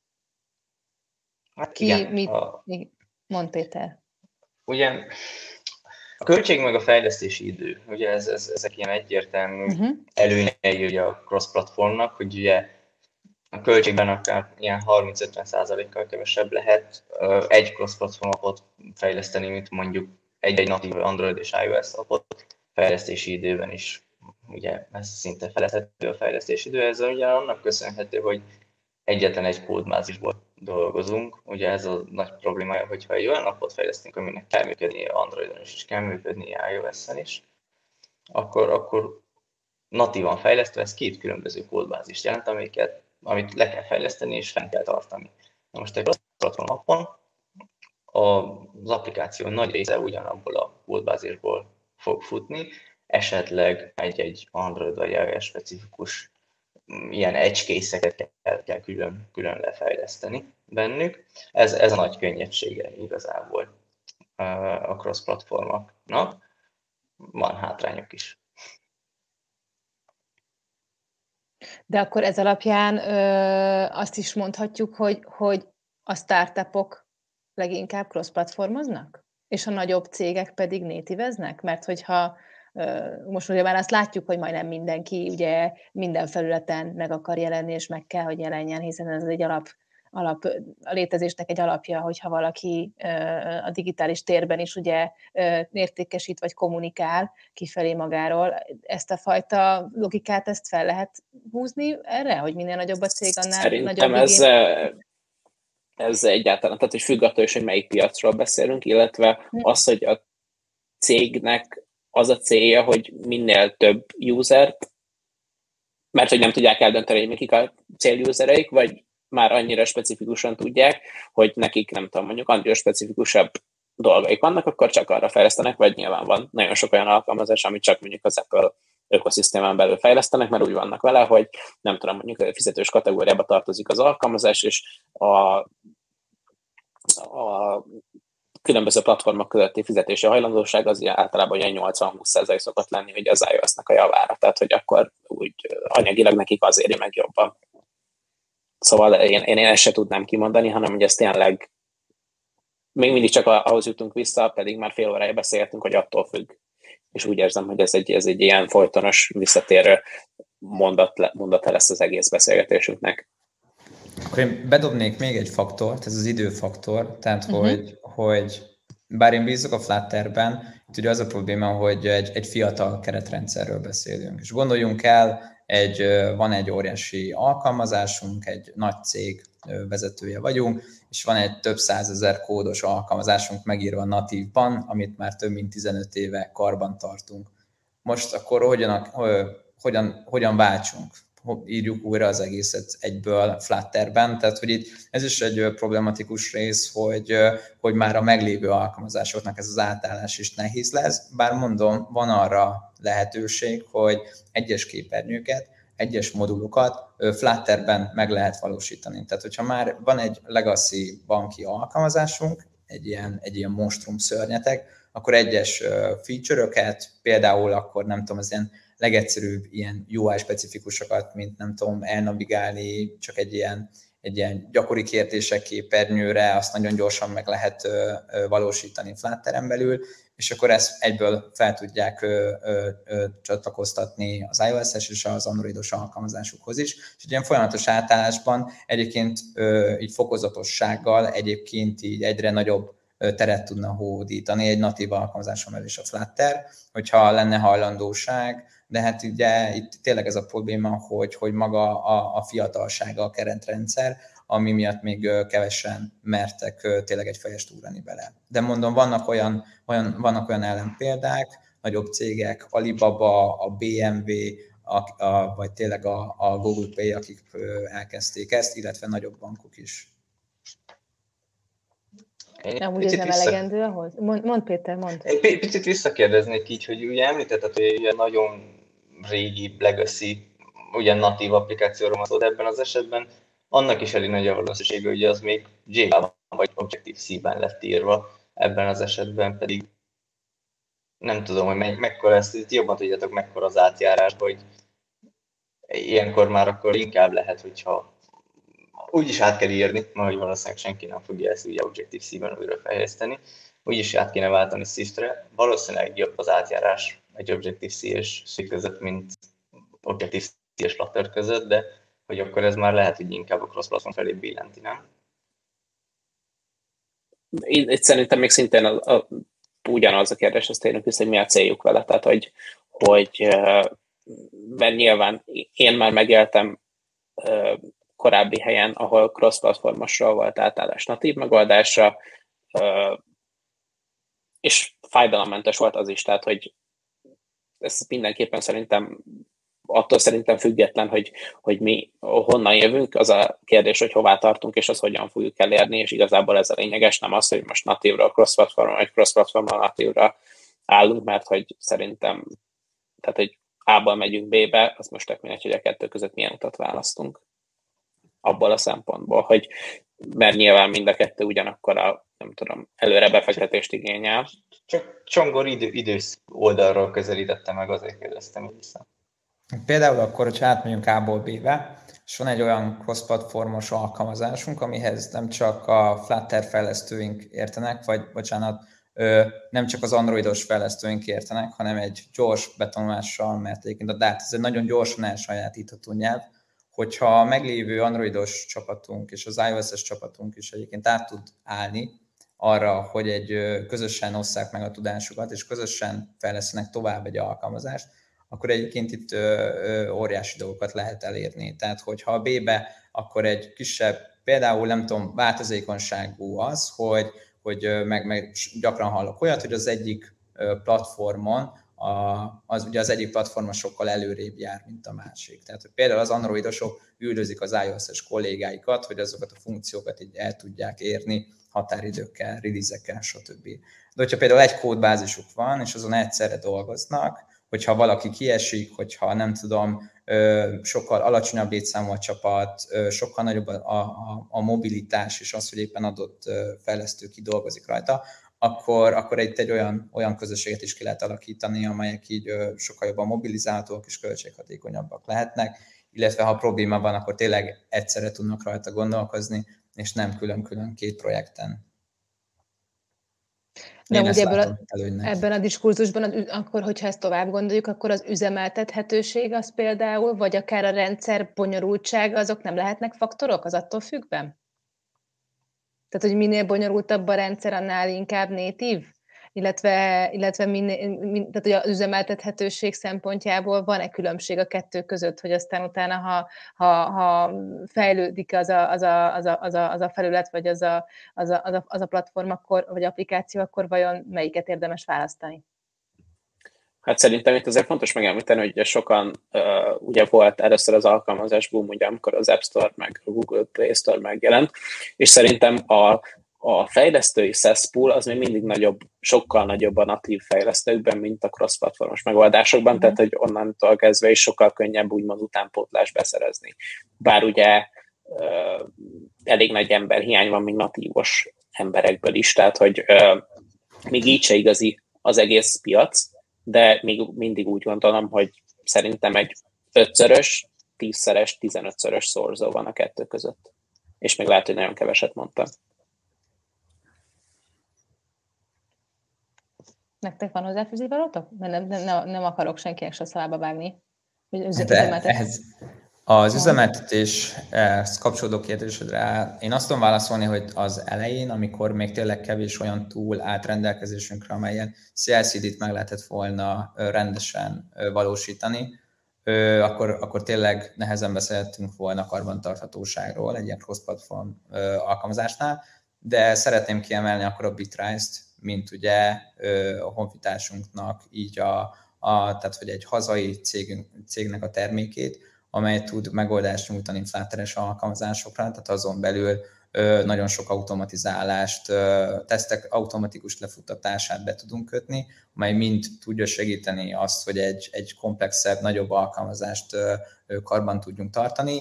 Hát
Ki,
igen.
mit,
A...
Mond Péter.
Ugyan... A költség meg a fejlesztési idő, ugye ez, ez, ezek ilyen egyértelmű uh-huh. előnyei ugye a cross-platformnak, hogy ugye a költségben akár ilyen harminc-ötven százalékkal kevesebb lehet egy cross-platform appot fejleszteni, mint mondjuk egy-egy natív Android és iOS appot fejlesztési időben is. Ugye ez szinte felezhető a fejlesztési idő, ez ugye annak köszönhető, hogy egyetlen egy kódbázisból dolgozunk. Ugye ez a nagy problémája, hogyha egy olyan appot fejlesztünk, aminek kell működni Androidon is, és kell működni iOS-en is, akkor, akkor natívan fejlesztve ez két különböző kódbázist jelent, amiket, amit le kell fejleszteni és fenn kell tartani. Na most egy cross-platform appon az applikáció nagy része ugyanabból a kódbázisból fog futni, esetleg egy-egy Android vagy iOS specifikus ilyen edge case-eket kell, kell külön, külön lefejleszteni bennük. Ez, ez a nagy könnyedsége igazából a cross-platformoknak. van hátrányok is.
De akkor ez alapján ö, azt is mondhatjuk, hogy, hogy a startupok leginkább cross-platformoznak? És a nagyobb cégek pedig native-eznek? Mert hogyha ö, most ugye már azt látjuk, hogy majdnem mindenki ugye minden felületen meg akar jelenni, és meg kell, hogy jelenjen, hiszen ez egy alap, alap a létezésnek egy alapja, hogyha valaki ö, a digitális térben is ugye ö, értékesít vagy kommunikál kifelé magáról. Ezt a fajta logikát, ezt fel lehet húzni erre, hogy minél nagyobb a cég, annál
Szerintem
nagyobb
ez,
igény?
ez egyáltalán, tehát hogy függ attól is, hogy melyik piacról beszélünk, illetve az, hogy a cégnek az a célja, hogy minél több usert, mert hogy nem tudják eldönteni, hogy mikik a célusereik, vagy már annyira specifikusan tudják, hogy nekik, nem tudom, mondjuk annyira specifikusabb dolgaik vannak, akkor csak arra fejlesztenek, vagy nyilván van nagyon sok olyan alkalmazás, amit csak mondjuk az Apple ökoszisztémán belül fejlesztenek, mert úgy vannak vele, hogy nem tudom, mondjuk a fizetős kategóriába tartozik az alkalmazás, és a, a különböző platformok közötti fizetési hajlandóság az általában olyan nyolcvan-húsz százalék szokott lenni, hogy az iOS-nak a javára, tehát hogy akkor úgy anyagilag nekik az éri meg jobban. Szóval én, én ezt se tudnám kimondani, hanem hogy ez tényleg még mindig csak ahhoz jutunk vissza, pedig már fél órája beszéltünk, hogy attól függ. És úgy érzem, hogy ez egy, ez egy ilyen folytonos, visszatérő mondat, mondata lesz az egész beszélgetésünknek.
Akkor én bedobnék még egy faktort, ez az időfaktor, tehát
Uh-huh.
hogy, hogy bár én bízok a Flutterben, itt ugye az a probléma, hogy egy, egy fiatal keretrendszerről beszélünk. És gondoljunk el, egy, van egy óriási alkalmazásunk, egy nagy cég vezetője vagyunk, és van egy több százezer kódos alkalmazásunk megírva natívban, amit már több mint tizenöt éve karban tartunk. Most akkor hogyan, hogyan, hogyan váltsunk? Írjuk újra az egészet egyből Flutterben, tehát hogy itt ez is egy problematikus rész, hogy, hogy már a meglévő alkalmazásoknak ez az átállás is nehéz lesz, bár mondom, van arra lehetőség, hogy egyes képernyőket, egyes modulokat Flutterben meg lehet valósítani. Tehát, hogyha már van egy legacy banki alkalmazásunk, egy ilyen, egy ilyen monstrum szörnyetek, akkor egyes feature-öket, például akkor nem tudom, az ilyen legegyszerűbb ilyen u i-specifikusokat, mint nem tudom, elnavigálni csak egy ilyen, egy ilyen gyakori kérdések képernyőre, azt nagyon gyorsan meg lehet ö, ö, valósítani Flutteren belül, és akkor ezt egyből fel tudják ö, ö, ö, csatlakoztatni az iOS-es és az androidos alkalmazásukhoz is. És egy ilyen folyamatos átállásban egyébként ö, így fokozatossággal egyébként így egyre nagyobb teret tudna hódítani egy natív alkalmazáson belül is a Flutter, hogyha lenne hajlandóság, de hát ugye itt tényleg ez a probléma, hogy, hogy maga a, a fiatalsága a keretrendszer, ami miatt még kevesen mertek tényleg egy fejest ugrani bele. De mondom, vannak olyan, olyan, vannak olyan ellenpéldák, nagyobb cégek, Alibaba, a bé em vé, a, a, vagy tényleg a, a Google Pay, akik elkezdték ezt, illetve nagyobb bankok is.
Nem, úgy ez nem vissza... elegendő ahhoz? Mond, mond Péter, mond.
Egy picit visszakérdeznék így, hogy ugye említetted, hogy egy nagyon régi legacy, ugyan natív applikációról van szó, de ebben az esetben annak is elég nagy a valószínűsége, hogy az még Java-ban vagy Objective-C-ben lett írva, ebben az esetben pedig nem tudom, hogy me- mekkora ezt, jobban tudjátok, mekkora az átjárás, hogy ilyenkor már akkor inkább lehet, hogyha úgyis át kell írni, mert hogy valószínűleg senki nem fogja ezt ugye Objective-C-ben újra fejleszteni, úgyis át kéne váltani Swift-re, valószínűleg jobb az átjárás egy Objective-C és Swift között, mint Objective-C és Flutter között, de hogy akkor ez már lehet, hogy inkább a cross-platform felé billenti, nem?
Itt szerintem még szintén a, a, ugyanaz a kérdés, azt térünk vissza, hogy mi a céljuk vele, tehát hogy, hogy mert nyilván én már megéltem korábbi helyen, ahol cross-platformosról volt átállás natív megoldásra, és fájdalommentes volt az is, tehát hogy ez mindenképpen szerintem attól szerintem független, hogy, hogy mi honnan jövünk, az a kérdés, hogy hová tartunk, és az hogyan fogjuk elérni, és igazából ez a lényeges, nem az, hogy most natívra, cross-platformra, vagy cross-platformra, natívra állunk, mert hogy szerintem, tehát hogy A-ból megyünk B-be, az most tök mindegy, hogy a kettő között milyen utat választunk. abból a szempontból, hogy mert nyilván mind a kettő ugyanakkor a, nem tudom, előre befektetést igényel.
Csak Csongor idő, idősz oldalról közelítette meg, azért kérdeztem vissza.
Például akkor, hogyha átmegyünk A-ból B-be, és van egy olyan cross-platformos alkalmazásunk, amihez nem csak a Flutter fejlesztőink értenek, vagy bocsánat, nem csak az androidos fejlesztőink értenek, hanem egy gyors betanulással, mert egyébként a Dart ez egy nagyon gyorsan elsajátítható nyelv, hogyha a meglévő androidos csapatunk és az iOS-es csapatunk is egyébként át tud állni arra, hogy egy közösen osszák meg a tudásukat, és közösen fejlesztenek tovább egy alkalmazást, akkor egyébként itt óriási dolgokat lehet elérni. Tehát, hogyha a B-be, akkor egy kisebb, például nem tudom, változékonyságú az, hogy, hogy meg, meg gyakran hallok olyat, hogy az egyik platformon, A, az ugye az egyik platforma sokkal előrébb jár, mint a másik. Tehát hogy például az androidosok üldözik az iOS-es kollégáikat, hogy azokat a funkciókat így el tudják érni határidőkkel, release-ekkel, stb. De hogyha például egy kódbázisuk van, és azon egyszerre dolgoznak, hogyha valaki kiesik, hogyha nem tudom, sokkal alacsonyabb létszámú a csapat, sokkal nagyobb a, a, a mobilitás, és az, hogy éppen adott fejlesztő kidolgozik rajta, akkor, akkor itt egy olyan, olyan közösséget is ki lehet alakítani, amelyek így sokkal jobban mobilizálhatóak és költséghatékonyabbak lehetnek, illetve ha probléma van, akkor tényleg egyszerre tudnak rajta gondolkozni, és nem külön-külön két projekten.
De ugye ebből a, ebben a diskurzusban, akkor, hogyha ezt tovább gondoljuk, akkor az üzemeltethetőség az például, vagy akár a rendszer bonyolultsága, azok nem lehetnek faktorok, az attól függben? Tehát, hogy minél bonyolultabb a rendszer, annál inkább natív? Illetve, illetve minél, min, tehát, hogy az üzemeltethetőség szempontjából van-e különbség a kettő között, hogy aztán utána, ha, ha, ha fejlődik az a, az, a, az, a, az, a, az a felület, vagy az a, az, a, az, a, az a platform, akkor, vagy applikáció, akkor vajon melyiket érdemes választani?
Hát szerintem itt azért fontos megemlíteni, hogy ugye sokan, uh, ugye volt először az alkalmazás boom, ugye amikor az App Store meg a Google Play Store megjelent, és szerintem a, a fejlesztői cesspool az még mindig nagyobb, sokkal nagyobb a natív fejlesztőkben, mint a cross-platformos megoldásokban, mm. tehát hogy onnantól kezdve is sokkal könnyebb úgymond utánpótlást beszerezni. Bár ugye uh, elég nagy emberhiány van még natívos emberekből is, tehát hogy uh, még így se igazi az egész piac, de még mindig úgy gondolom, hogy szerintem egy ötszörös, tízszeres, tizenötszörös szorzó van a kettő között. És még lehet, hogy nagyon keveset mondtam.
Nektek van hozzáfűzni valótok? Mert nem, nem, nem akarok senkinek se szavába vágni.
De ez, az üzemeltetéshez kapcsolódó kérdésedre én azt tudom válaszolni, hogy az elején, amikor még tényleg kevés olyan tool állt rendelkezésünkre, amelyen cé i cé dét meg lehetett volna rendesen valósítani, akkor, akkor tényleg nehezen beszéltünk volna karbantarthatóságról egy ilyen cross-platform alkalmazásnál, de szeretném kiemelni akkor a Bitrise-t, mint ugye a honfitársunknak így a, a, tehát hogy egy hazai cégünk, cégnek a termékét, amely tud megoldást nyújtani Flutter-es alkalmazásokra, tehát azon belül nagyon sok automatizálást, tesztek automatikus lefuttatását be tudunk kötni, amely mind tudja segíteni azt, hogy egy, egy komplexebb, nagyobb alkalmazást karban tudjunk tartani.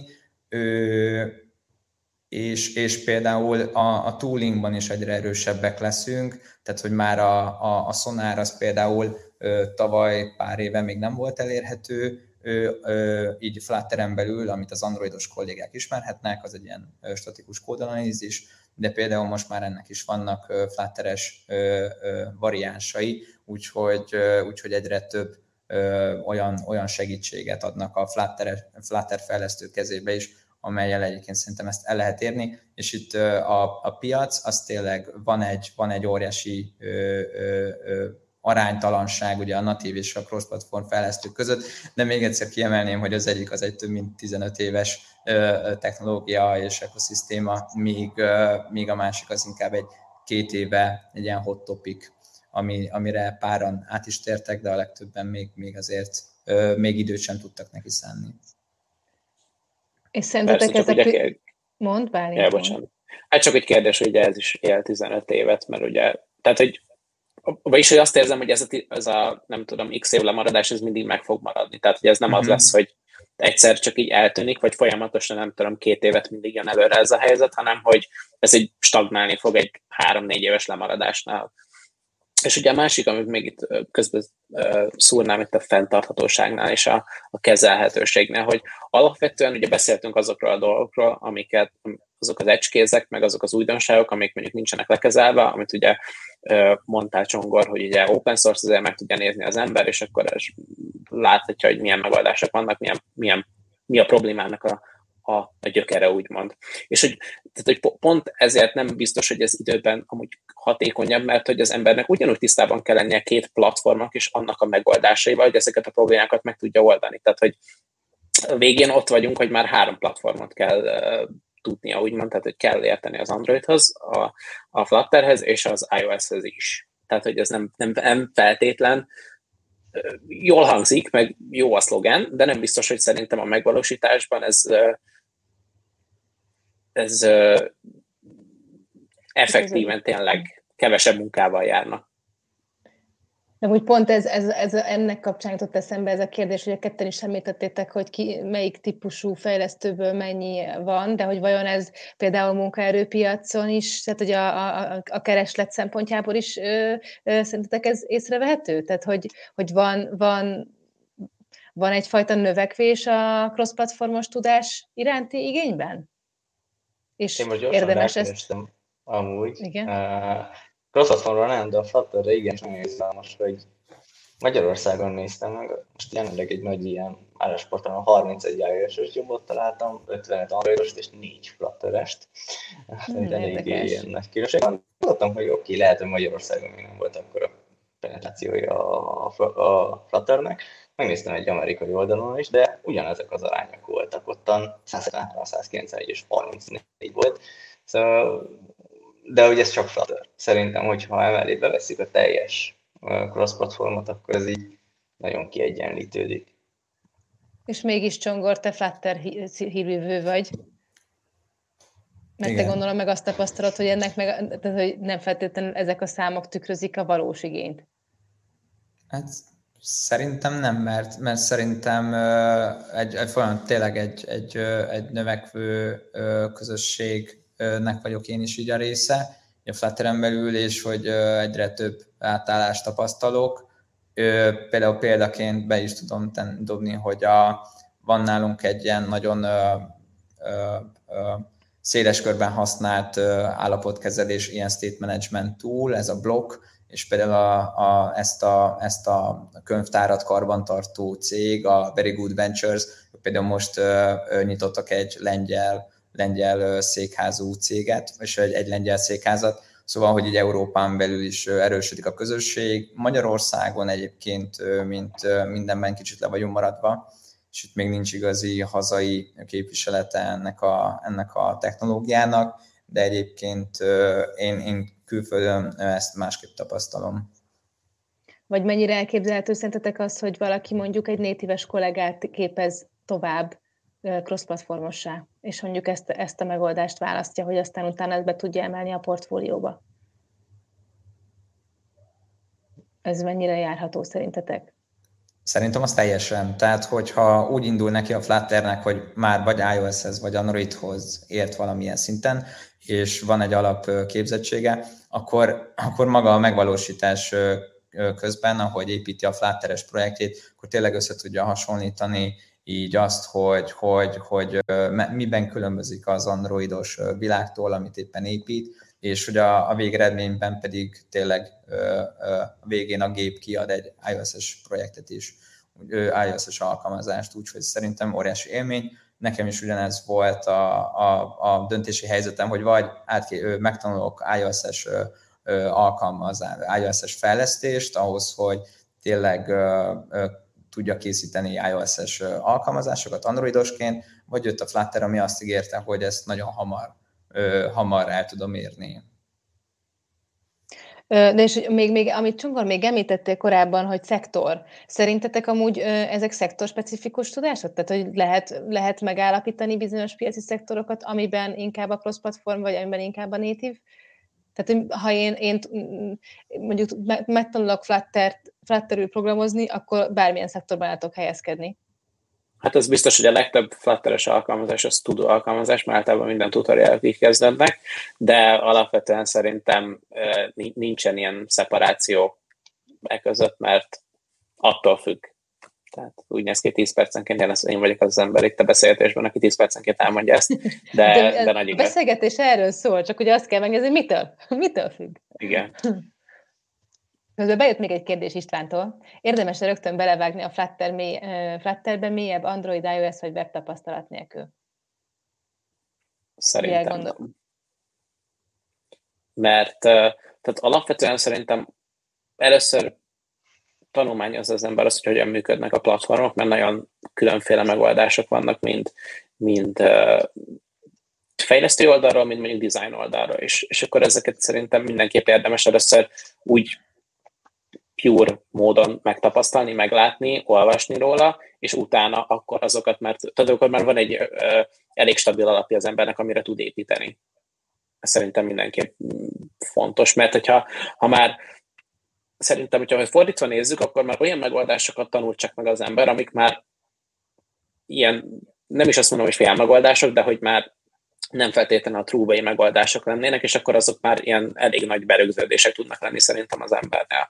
És, és például a, a toolingban is egyre erősebbek leszünk, tehát hogy már a, a, a Sonar az például tavaly pár éve még nem volt elérhető, így Flutteren belül, amit az androidos kollégák ismerhetnek, az egy ilyen statikus kódanalízis, de például most már ennek is vannak Flutteres variánsai, úgyhogy, úgyhogy egyre több olyan, olyan segítséget adnak a Flutter, Flutter fejlesztő kezébe is, amellyel egyébként szerintem ezt el lehet érni, és itt a, a piac, az tényleg van egy, van egy óriási ö, ö, ö, aránytalanság ugye a natív és a cross-platform fejlesztők között, de még egyszer kiemelném, hogy az egyik az egy több mint tizenöt éves technológia és ökoszisztéma, míg, míg a másik az inkább egy két éve egy ilyen hot topic, ami, amire páran át is tértek, de a legtöbben még, még azért még időt sem tudtak neki szánni.
És szerintetek ezek... Ugye... Mondd, Bálint.
Ja, bocsánat. Hát csak egy kérdés, hogy ez is él tizenöt évet, mert ugye, tehát hogy vagyis, hogy azt érzem, hogy ez a, ez a, nem tudom, x év lemaradás, ez mindig meg fog maradni. Tehát, hogy ez nem mm-hmm. az lesz, hogy egyszer csak így eltűnik, vagy folyamatosan, nem tudom, két évet mindig jön előre ez a helyzet, hanem hogy ez egy stagnálni fog egy három-négy éves lemaradásnál. És ugye a másik, amit még itt közben szúrnám itt a fenntarthatóságnál és a, a kezelhetőségnél, hogy alapvetően ugye beszéltünk azokról a dolgokról, amiket azok az ecskézek, meg azok az újdonságok, amik mondjuk nincsenek lekezelve, amit ugye mondtál Csongor, hogy ugye open source azért meg tudja nézni az ember, és akkor láthatja, hogy milyen megoldások vannak, milyen, milyen, mi a problémának a, a, a gyökere, úgymond. És hogy, tehát, hogy pont ezért nem biztos, hogy ez időben amúgy hatékonyabb, mert hogy az embernek ugyanúgy tisztában kell lennie két platformnak és annak a megoldásaival, hogy ezeket a problémákat meg tudja oldani. Tehát, hogy a végén ott vagyunk, hogy már három platformot kell uh, tudnia, úgymond, tehát, hogy kell érteni az Androidhoz, a, a Flutterhez és az iOS-hez is. Tehát, hogy ez nem, nem, nem feltétlen uh, jól hangzik, meg jó a szlogen, de nem biztos, hogy szerintem a megvalósításban ez uh, ez uh, effektíven tényleg kevesebb munkával járna.
De úgy pont ez, ez, ez ennek kapcsán jutott eszembe ez a kérdés, hogy a ketten is említettétek, hogy ki, melyik típusú fejlesztőből mennyi van, de hogy vajon ez például a munkaerőpiacon is, tehát hogy a, a, a kereslet szempontjából is ö, ö, szerintetek ez észrevehető? Tehát hogy, hogy van, van, van egyfajta növekvés a cross-platformos tudás iránti igényben? És
Én most gyorsan
érdemes
ezt... amúgy.
Igen.
Uh, cross-platformra nem, de a Flutterre igen, nagyon izgalmas, hogy Magyarországon néztem meg, most jelenleg egy nagy ilyen állásporton harmincegy iOS-os jobbot találtam, ötvenet androidost és négy Flutterest. Hmm, elég ilyen nagy különbség van. Gondoltam, hogy oké, lehet, hogy Magyarországon még nem volt akkor a penetrációja a, a Flutternek. Megnéztem egy amerikai oldalon is, de ugyanezek az arányok voltak. Ottan száz hetvenhárom, száz kilencvenegy és harmincnégy volt. Szóval, de ugye ez csak Flutter. Szerintem, hogyha emellé beveszik a teljes cross-platformot, akkor ez így nagyon kiegyenlítődik.
És mégis, Csongor, te Flutter hívő vagy. Mert Igen. te gondolom meg azt tapasztalod, hogy ennek meg, tehát, hogy nem feltétlenül ezek a számok tükrözik a valós igényt.
Hát szerintem nem, mert, mert szerintem egy, egy folyamat tényleg egy, egy, egy növekvő közösségnek vagyok én is így a része, a Flutteren belül, és hogy egyre több átállást tapasztalok. Például példaként be is tudom dobni, hogy a, van nálunk egy ilyen nagyon ö, ö, ö, széles körben használt állapotkezelés, ilyen state management tool, ez a Block, és például a, a, ezt, a, ezt a könyvtárat karbantartó cég, a Very Good Ventures, például most ö, ö, nyitottak egy lengyel, lengyel székházú céget, és egy, egy lengyel székházat, szóval, hogy így Európán belül is erősödik a közösség. Magyarországon egyébként, mint mindenben kicsit le vagyunk maradva, és itt még nincs igazi hazai képviselete ennek a, ennek a technológiának, de egyébként én, én külföldön ezt másképp tapasztalom.
Vagy mennyire elképzelhető szerintetek az, hogy valaki mondjuk egy natíves kollégát képez tovább cross-platformossá, és mondjuk ezt, ezt a megoldást választja, hogy aztán utána ezt be tudja emelni a portfólióba. Ez mennyire járható szerintetek?
Szerintem az teljesen. Tehát, hogyha úgy indul neki a Flutternek, hogy már vagy iOS-hez, vagy Androidhoz ért valamilyen szinten, és van egy alapképzettsége, akkor, akkor maga a megvalósítás közben, ahogy építi a Flutteres projektjét, akkor tényleg össze tudja hasonlítani így azt, hogy, hogy, hogy miben különbözik az androidos világtól, amit éppen épít, és hogy a, a végeredményben pedig tényleg a végén a gép kiad egy iOS-es projektet is, iOS-es alkalmazást, úgyhogy szerintem óriási élmény. Nekem is ugyanez volt a, a, a döntési helyzetem, hogy vagy átké, megtanulok iOS-es alkalmazást, iOS-es fejlesztést ahhoz, hogy tényleg tudja készíteni iOS-es alkalmazásokat androidosként, vagy jött a Flutter, ami azt ígérte, hogy ezt nagyon hamar, hamar el tudom érni.
De és még, még amit Csongor még említettél korábban, hogy szektor. Szerintetek amúgy ezek szektorspecifikus tudások? Tehát, hogy lehet, lehet megállapítani bizonyos piaci szektorokat, amiben inkább a cross-platform, vagy amiben inkább a native? Tehát, ha én, én mondjuk megtanulok Flutter, Flutterül programozni, akkor bármilyen szektorban el tudok helyezkedni.
Hát az biztos, hogy a legtöbb Flutter-es alkalmazás az tudó alkalmazás, mert általában minden tutorial így kezdődnek, de alapvetően szerintem nincsen ilyen szeparáció e között, mert attól függ. Tehát úgy néz ki, tíz percenként én, én vagyok az, az ember itt a beszélgetésben, aki tíz percenként elmondja ezt, de, de, de nagy igaz.
A beszélgetés erről szól, csak ugye azt kell megnézni, mitől, mitől függ.
Igen.
Közben bejött még egy kérdés Istvántól. Érdemes rögtön belevágni a Flutter mély, uh, Flutterbe mélyebb Android, iOS vagy web tapasztalat nélkül?
Szerintem nem. Mert tehát alapvetően szerintem először tanulmányozza az ember azt, hogy hogyan működnek a platformok, mert nagyon különféle megoldások vannak, mind, mind uh, fejlesztő oldalról, mint mondjuk design oldalról is. És akkor ezeket szerintem mindenképp érdemes először úgy pure módon megtapasztalni, meglátni, olvasni róla, és utána akkor azokat, mert tudod, akkor már van egy ö, elég stabil alapja az embernek, amire tud építeni. Ez szerintem mindenképp fontos, mert hogyha ha már szerintem, hogyha fordítva nézzük, akkor már olyan megoldásokat tanult csak meg az ember, amik már ilyen, nem is azt mondom, hogy fél megoldások, de hogy már nem feltétlenül a true-way megoldások lennének, és akkor azok már ilyen elég nagy berögződések tudnak lenni szerintem az embernél.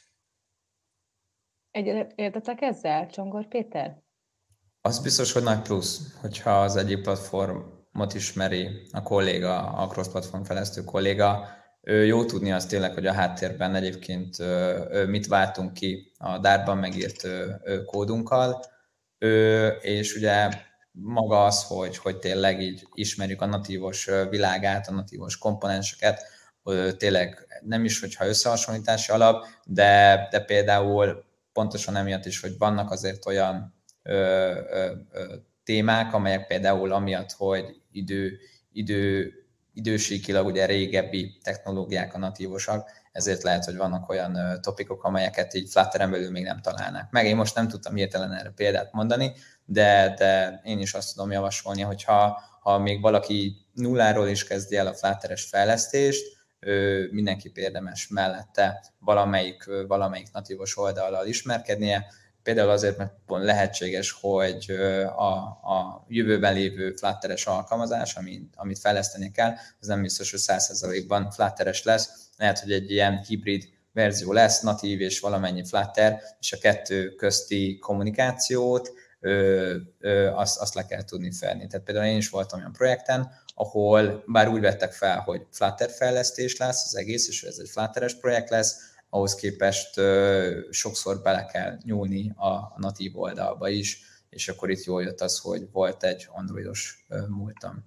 Egyet értetek ezzel, Csongor Péter?
Az biztos, hogy nagy plusz, hogyha az egyik platformot ismeri a kolléga, a cross-platform fejlesztő kolléga, ő jó tudni azt tényleg, hogy a háttérben egyébként mit váltunk ki a Dartban megírt kódunkkal, és ugye maga az, hogy, hogy tényleg így ismerjük a natívos világát, a natívos komponenseket, tényleg nem is, hogyha összehasonlítási alap, de, de például pontosan emiatt is, hogy vannak azért olyan ö, ö, ö, témák, amelyek például amiatt, hogy idő, idő, idősíkilag ugye régebbi technológiák a natívosak, ezért lehet, hogy vannak olyan ö, topikok, amelyeket így Flutteren belül még nem találnák meg. Én most nem tudtam hirtelen erre példát mondani, de, de én is azt tudom javasolni, hogyha ha még valaki nulláról is kezdi el a Flutteres fejlesztést, mindenképp érdemes mellette valamelyik, valamelyik natívos oldallal ismerkednie. Például azért, mert lehetséges, hogy a, a jövőben lévő Flutteres alkalmazás, amit, amit fejleszteni kell, az nem biztos, hogy száz százalékban Flutteres lesz. Lehet, hogy egy ilyen hibrid verzió lesz, natív és valamennyi Flutter, és a kettő közti kommunikációt ö, ö, azt, azt le kell tudni felni. Tehát például én is voltam olyan projekten, ahol bár úgy vettek fel, hogy Flutter fejlesztés lesz az egész, és ez egy Flutteres projekt lesz, ahhoz képest ö, sokszor bele kell nyúlni a, a natív oldalba is, és akkor itt jól jött az, hogy volt egy androidos ö, múltam.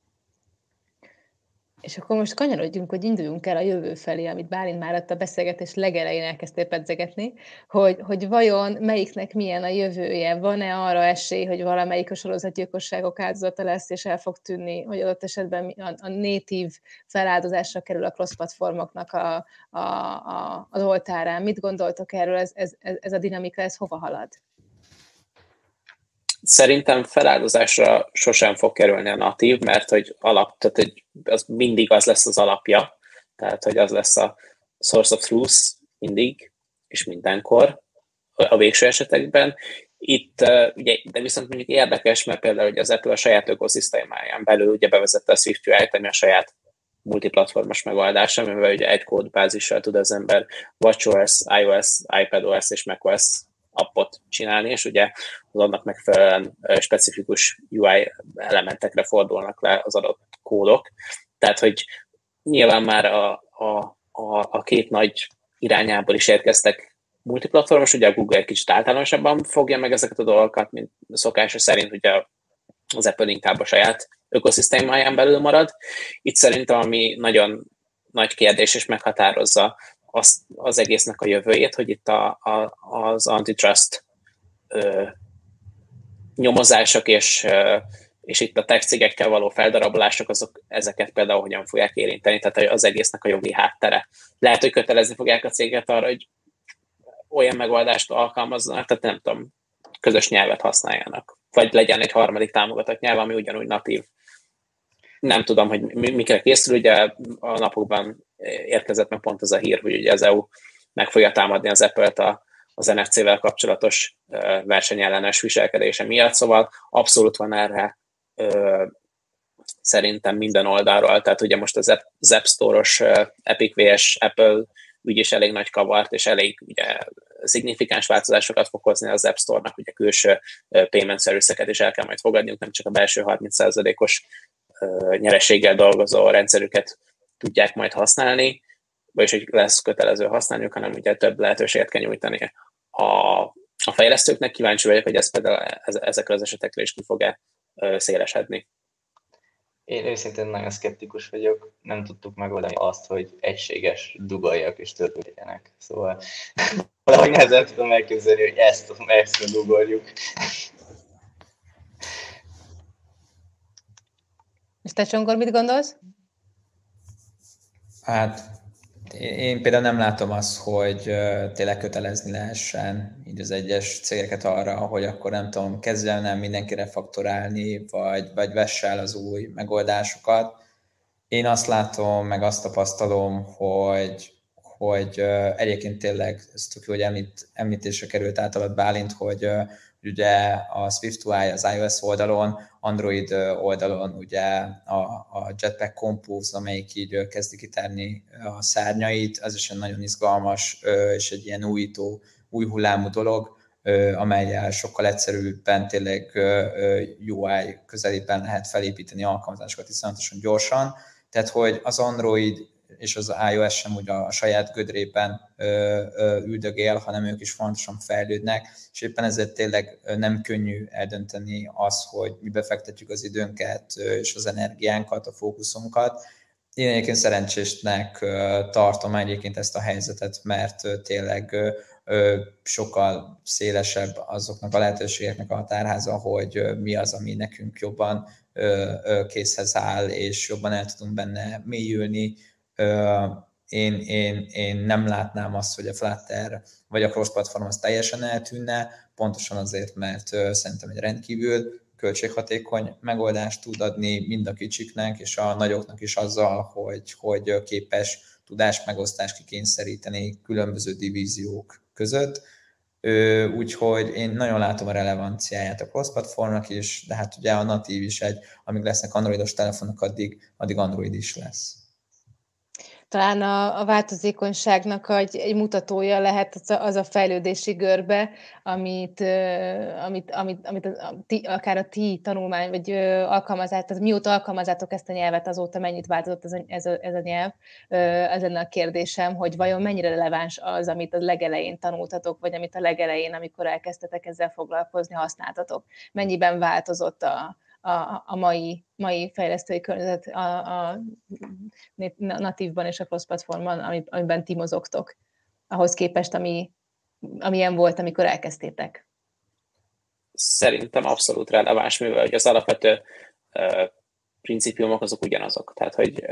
És akkor most kanyarodjunk, hogy induljunk el a jövő felé, amit Bálint már ott a beszélgetés legelején elkezdtél pedzegetni, hogy, hogy vajon melyiknek milyen a jövője, van-e arra esély, hogy valamelyik a sorozatgyilkosságok áldozata lesz, és el fog tűnni, hogy adott esetben a, a natív feláldozásra kerül a cross-platformoknak a, a, a, az oltárán. Mit gondoltok erről, ez, ez, ez a dinamika, ez hova halad?
Szerintem feláldozásra sosem fog kerülni a natív, mert hogy alap, tehát hogy az mindig az lesz az alapja, tehát hogy az lesz a source of truth mindig, és mindenkor a végső esetekben. Itt ugye, de viszont mondjuk érdekes, mert például ugye az Apple a saját ökoszisztémáján belül ugye bevezette a SwiftUI-t, ami a saját multiplatformos megoldása, amivel ugye egy kódbázissal tud az ember watchOS, iOS, iPadOS és macOS appot csinálni, és ugye az annak megfelelően specifikus u i elementekre fordulnak le az adott kódok. Tehát, hogy nyilván már a, a, a, a két nagy irányából is érkeztek multiplatformos, ugye a Google egy kicsit általánosabban fogja meg ezeket a dolgokat, mint szokása szerint, ugye az Apple inkább a saját ökoszisztémáján belül marad. Itt szerintem ami nagyon nagy kérdés és meghatározza az, az egésznek a jövőjét, hogy itt a, a, az antitrust ö, nyomozások és, ö, és itt a tech cégekkel való feldarabolások, azok ezeket például hogyan fogják érinteni, tehát az egésznek a jogi háttere. Lehet, hogy kötelezni fogják a céget arra, hogy olyan megoldást alkalmazzanak, tehát nem tudom, közös nyelvet használjanak, vagy legyen egy harmadik támogatott nyelv, ami ugyanúgy natív. Nem tudom, hogy mikre készül, ugye a napokban érkezett meg pont az a hír, hogy ugye az é u meg fogja támadni az Apple-t a, az en ef cé-vel kapcsolatos versenyellenes viselkedése miatt, szóval abszolút van erre szerintem minden oldalról, tehát ugye most az App Store-os Epic versus Apple ügy is elég nagy kavart, és elég ugye szignifikáns változásokat fog hozni az App Store-nak, ugye külső payment service-eket is el kell majd fogadniuk, nem csak a belső harminc százalékos nyereséggel dolgozó rendszerüket tudják majd használni, vagyis hogy lesz kötelező használniuk, hanem ugye több lehetőséget kell nyújtani a, a fejlesztőknek. Kíváncsi vagyok, hogy ez például ezekre az esetekre is ki fog-e szélesedni.
Én őszintén nagyon szkeptikus vagyok, nem tudtuk megoldani azt, hogy egységes dugaljak és törvények. Szóval valahogy nehezen tudom elképzelni, hogy ezt, ezt dugoljuk.
És te, Csongor, mit gondolsz?
Hát én például nem látom azt, hogy tényleg kötelezni lehessen így az egyes cégeket arra, hogy akkor nem tudom, kezdjen el mindenkire faktorálni, vagy, vagy vesse el az új megoldásokat. Én azt látom, meg azt tapasztalom, hogy, hogy egyébként tényleg, ez tök jó, hogy említ, említésre került általad Bálint, hogy ugye a Swift u i az iOS oldalon, Android oldalon ugye a, a Jetpack Compose, amelyik így kezdi kitárni a szárnyait, az is egy nagyon izgalmas és egy ilyen újító, új hullámú dolog, amellyel sokkal egyszerűbben tényleg u i közelében lehet felépíteni alkalmazásokat iszonyatosan gyorsan. Tehát, hogy az Android és az iOS sem ugye a saját gödrében üldögél, hanem ők is fontosan fejlődnek, és éppen ezért tényleg nem könnyű eldönteni azt, hogy mi befektetjük az időnket és az energiánkat, a fókuszunkat. Én egyébként szerencsésnek tartom egyébként ezt a helyzetet, mert tényleg sokkal szélesebb azoknak a lehetőségeknek a határháza, hogy mi az, ami nekünk jobban készhez áll, és jobban el tudunk benne mélyülni. Én, én, én nem látnám azt, hogy a Flutter vagy a cross-platform az teljesen eltűnne, pontosan azért, mert szerintem egy rendkívül költséghatékony megoldást tud adni mind a kicsiknek, és a nagyoknak is azzal, hogy, hogy képes tudásmegosztást kikényszeríteni különböző divíziók között. Úgyhogy én nagyon látom a relevanciáját a cross-platformnak is, de hát ugye a natív is egy, amíg lesznek androidos telefonok, addig, addig Android is lesz.
Talán a, a változékonyságnak egy, egy mutatója lehet az a, az a fejlődési görbe, amit, amit, amit, amit a, ti, akár a ti tanulmány, vagy alkalmazás, tehát mióta alkalmazátok ezt a nyelvet, azóta mennyit változott ez a, ez a, ez a nyelv. Ez lenne a kérdésem, hogy vajon mennyire releváns az, amit a legelején tanultatok, vagy amit a legelején, amikor elkezdtetek ezzel foglalkozni, használtatok. Mennyiben változott a a, a mai, mai fejlesztői környezet a, a natívban és a cross-platformon, amiben ti mozogtok, ahhoz képest, ami, amilyen volt, amikor elkezdtétek?
Szerintem abszolút releváns, mivel hogy az alapvető uh, principiumok azok ugyanazok. Tehát, hogy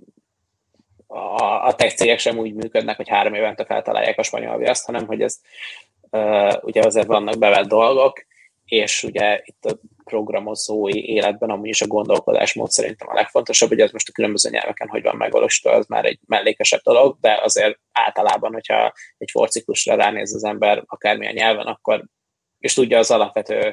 uh, a, a tech cégek sem úgy működnek, hogy három évente feltalálják a spanyol viaszt, hanem hogy ez uh, ugye azért vannak bevett dolgok, és ugye itt a programozói életben amúgy is a gondolkodásmód szerintem a legfontosabb, hogy ez most a különböző nyelveken hogy van megvalósítva, az már egy mellékesebb dolog, de azért általában, hogyha egy forciklusra ránéz az ember akármilyen nyelven, akkor és tudja az alapvető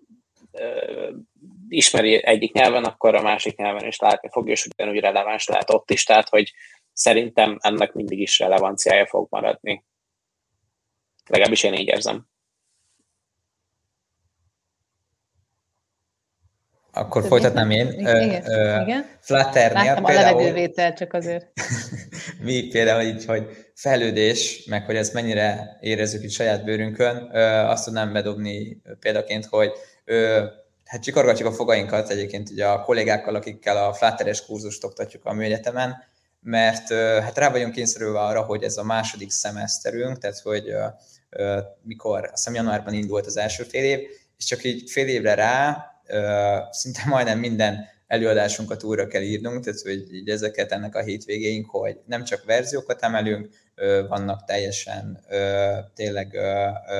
ö, ismeri egyik nyelven, akkor a másik nyelven is látni fogja, és ugyanúgy releváns lehet ott is, tehát hogy szerintem ennek mindig is relevanciája fog maradni. Legalábbis én így érzem.
Akkor folytatnám én.
Igen, uh, igen.
Flutternél
láttam
például...
a levegővétel csak azért.
Mi például így, hogy fejlődés, meg hogy ezt mennyire érezzük itt saját bőrünkön, azt tudnám bedobni példaként, hogy hát csikorgatjuk a fogainkat egyébként ugye a kollégákkal, akikkel a Flutteres kurzust oktatjuk a műegyetemen, mert hát rá vagyunk kényszerülve arra, hogy ez a második szemeszterünk, tehát hogy mikor, azt hiszem januárban indult az első fél év, és csak így fél évre rá szinte majdnem minden előadásunkat újra kell írnunk, tehát hogy így ezeket ennek a hétvégéink, hogy nem csak verziókat emelünk, vannak teljesen tényleg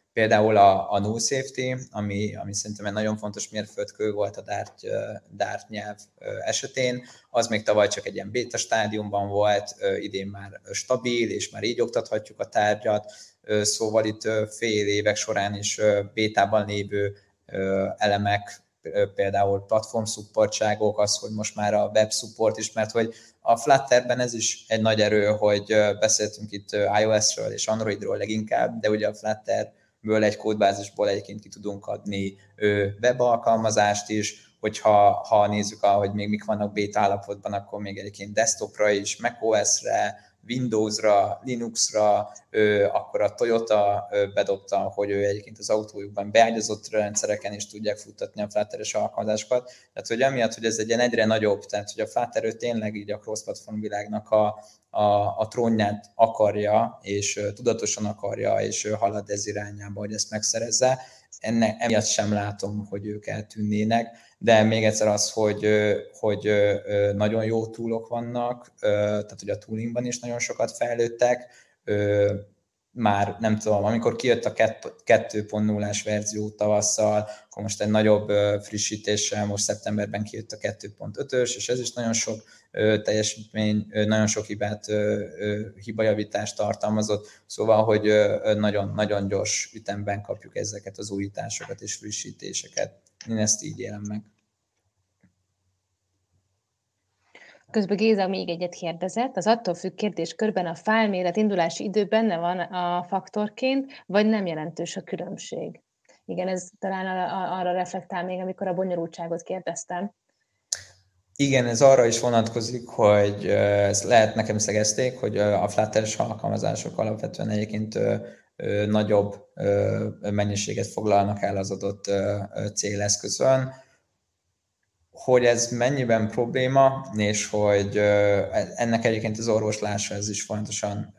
Például a, a null safety, ami, ami szerintem egy nagyon fontos mérföldkő volt a Dart, Dart nyelv esetén, az még tavaly csak egy ilyen beta stádiumban volt, idén már stabil, és már így oktathatjuk a tárgyat, szóval itt fél évek során is bétában lévő elemek, például platform supportságok, az, hogy most már a web support is, mert hogy a Flutterben ez is egy nagy erő, hogy beszéltünk itt iOS-ről és Androidról leginkább, de ugye a Flutterből egy kódbázisból egyébként ki tudunk adni web alkalmazást is, hogyha ha nézzük, hogy még mik vannak beta állapotban, akkor még egyébként desktopra is, macOS-re, Windowsra, Linuxra, akkor a Toyota bedobta, hogy ő egyébként az autójukban beágyazott rendszereken is tudják futtatni a Flutter-es alkalmazásokat. Tehát, hogy amiatt, hogy ez egy ilyen egyre nagyobb, tehát, hogy a Flutter ő tényleg így a cross-platform világnak a, a, a trónját akarja, és tudatosan akarja, és halad ez irányába, hogy ezt megszerezze. Ennek, emiatt sem látom, hogy ők eltűnnének, de még egyszer az, hogy, hogy nagyon jó toolok vannak, tehát hogy a toolingban is nagyon sokat fejlődtek, már nem tudom, amikor kijött a kettő pont nullás verzió tavasszal, akkor most egy nagyobb frissítéssel, most szeptemberben kijött a kettő pont ötös, és ez is nagyon sok teljesítmény, nagyon sok hibát, hibajavítást tartalmazott, szóval, hogy nagyon, nagyon gyors ütemben kapjuk ezeket az újításokat és frissítéseket. Én ezt így élem meg.
Közben Géza még egyet kérdezett, az attól függ kérdéskörben a fájlméret indulási idő benne van a faktorként, vagy nem jelentős a különbség? Igen, ez talán arra reflektál még, amikor a bonyolultságot kérdeztem.
Igen, ez arra is vonatkozik, hogy ezt lehet nekem szegezték, hogy a Flutter-es alkalmazások alapvetően egyébként nagyobb mennyiséget foglalnak el az adott céleszközön, hogy ez mennyiben probléma, és hogy ennek egyébként az orvoslása ez is fontosan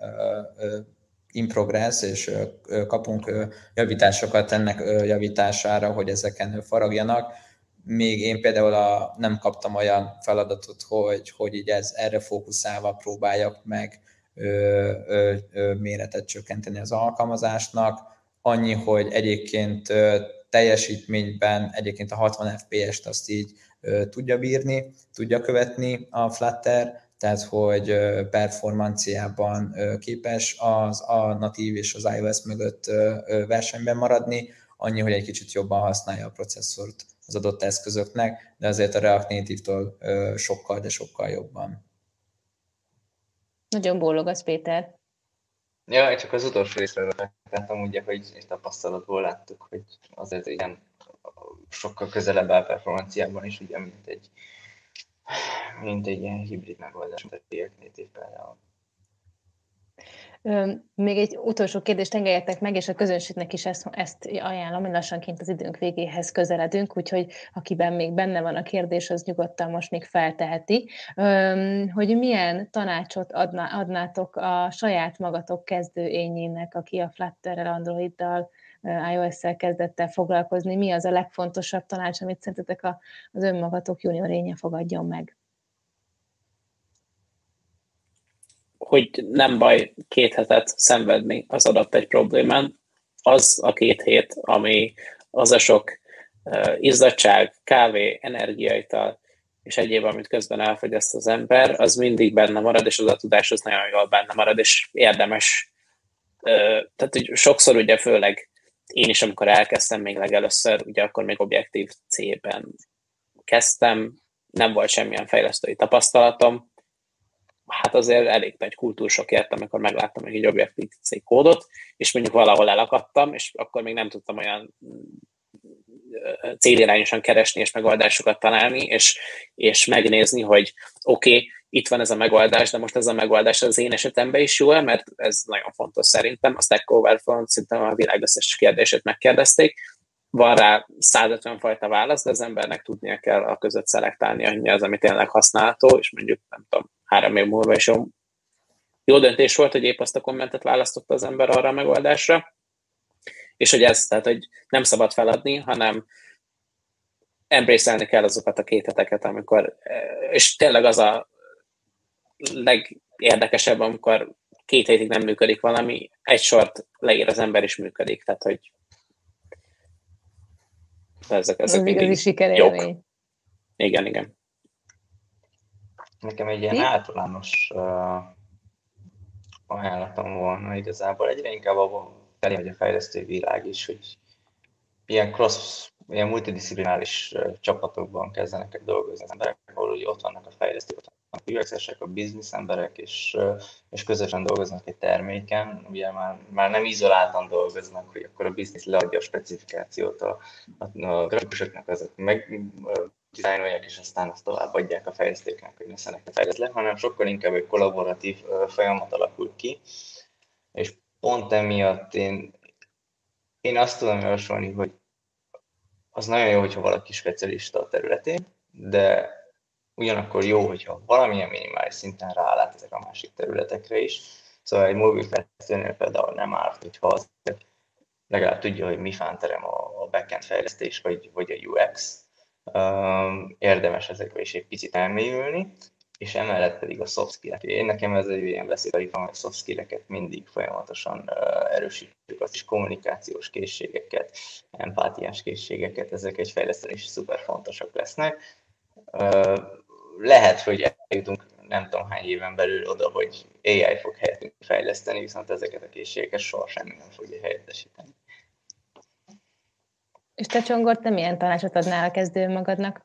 in progress, és kapunk javításokat ennek javítására, hogy ezeken faragjanak. Még én például a, nem kaptam olyan feladatot, hogy, hogy így ez, erre fókuszálva próbáljak meg ö, ö, ö, méretet csökkenteni az alkalmazásnak. Annyi, hogy egyébként ö, teljesítményben egyébként a hatvan ef pé est azt így ö, tudja bírni, tudja követni a Flutter, tehát hogy ö, performanciában ö, képes az a natív és az iOS mögött ö, ö, versenyben maradni, annyi, hogy egy kicsit jobban használja a processzort az adott eszközöknek, de azért a React Native-től ö, sokkal, de sokkal jobban.
Nagyon bólogasz, Péter.
Ja, csak az utolsó részre reflektáltam, ugye, hogy egy tapasztalatból láttuk, hogy azért igen sokkal közelebb áll performanciában is, ugye, mint egy, mint egy ilyen hibrid megoldás, mint a React Native például.
Még egy utolsó kérdést engedjetek meg, és a közönségnek is ezt, ezt ajánlom, hogy lassanként az időnk végéhez közeledünk, úgyhogy akiben még benne van a kérdés, az nyugodtan most még felteheti, hogy milyen tanácsot adná, adnátok a saját magatok kezdő ényének, aki a Flutterrel, Androiddal, iOS-szel kezdett el foglalkozni, mi az a legfontosabb tanács, amit szerintetek az önmagatok junior énje fogadjon meg?
Hogy nem baj két hetet szenvedni az adott egy problémán, az a két hét, ami az a sok uh, izzadság, kávé, energiaital és egyéb, amit közben elfogyaszt az ember, az mindig benne marad, és az a tudás az nagyon jól benne marad, és érdemes. Uh, tehát hogy sokszor ugye főleg én is, amikor elkezdtem még legelőször, ugye akkor még Objective-C-ben kezdtem, nem volt semmilyen fejlesztői tapasztalatom, hát azért elég nagy kultúrsok ért, amikor megláttam egy Objective-C kódot, és mondjuk valahol elakadtam, és akkor még nem tudtam olyan célirányosan keresni és megoldásokat találni, és, és megnézni, hogy oké, okay, itt van ez a megoldás, de most ez a megoldás az én esetemben is jó, mert ez nagyon fontos szerintem. A Stack Overflow-n szerintem a világ összes kérdését megkérdezték. Van rá százötven fajta válasz, de az embernek tudnia kell a között szelektálnia, hogy mi az, ami tényleg használható, és mondjuk, nem tudom, három év múlva is jó, jó döntés volt, hogy épp azt a kommentet választotta az ember arra a megoldásra, és hogy ez, tehát, hogy nem szabad feladni, hanem embrace-elni kell azokat a két heteket, amikor, és tényleg az a legérdekesebb, amikor két hétig nem működik valami, egy sort leír az ember is működik, tehát hogy ezek, ezek
Ez igazi sikerélmény.
Igen, igen.
Nekem egy ilyen Mi? általános uh, ajánlatom volna igazából. Egyre inkább abban felé megy a fejlesztő világ is, hogy ilyen cross, ilyen multidisziplináris uh, csapatokban kezdenek el dolgozni az emberek, ahol ugye ott vannak a fejlesztők, ott vannak a u exesek, a business emberek, és, uh, és közösen dolgoznak egy terméken. Ugye már, már nem izoláltan dolgoznak, hogy akkor a business leadja a specifikációt a, a, a grafikusoknak, azok meg uh, dizájnolják, és aztán azt továbbadják a fejlesztőknek, hogy ne nektek fejleszt le, hanem sokkal inkább egy kollaboratív uh, folyamat alakul ki. És pont emiatt én, én azt tudom javasolni, hogy az nagyon jó, hogyha valaki specialista a területén, de ugyanakkor jó, hogyha valamilyen minimális szinten rálát ezek a másik területekre is. Szóval egy mobilfejlesztőnél például nem árt, hogyha az legalább tudja, hogy mi fánterem a backend fejlesztés, vagy, vagy a u exi. Um, érdemes ezekbe is egy picit elmélyülni, és emellett pedig a soft skill-ek. Én nekem ez egy ilyen beszéltarifam, hogy a soft skill-eket mindig folyamatosan uh, erősítjük, azt is kommunikációs készségeket, empátiás készségeket, ezek egy fejlesztőn is szuper fontosak lesznek. Uh, lehet, hogy eljutunk nem tudom hány éven belül oda, hogy á i fog helyettünk fejleszteni, viszont ezeket a készségeket soha semmi nem fogja helyettesíteni.
És te, Csongor, te milyen tanácsot adnál a kezdő magadnak?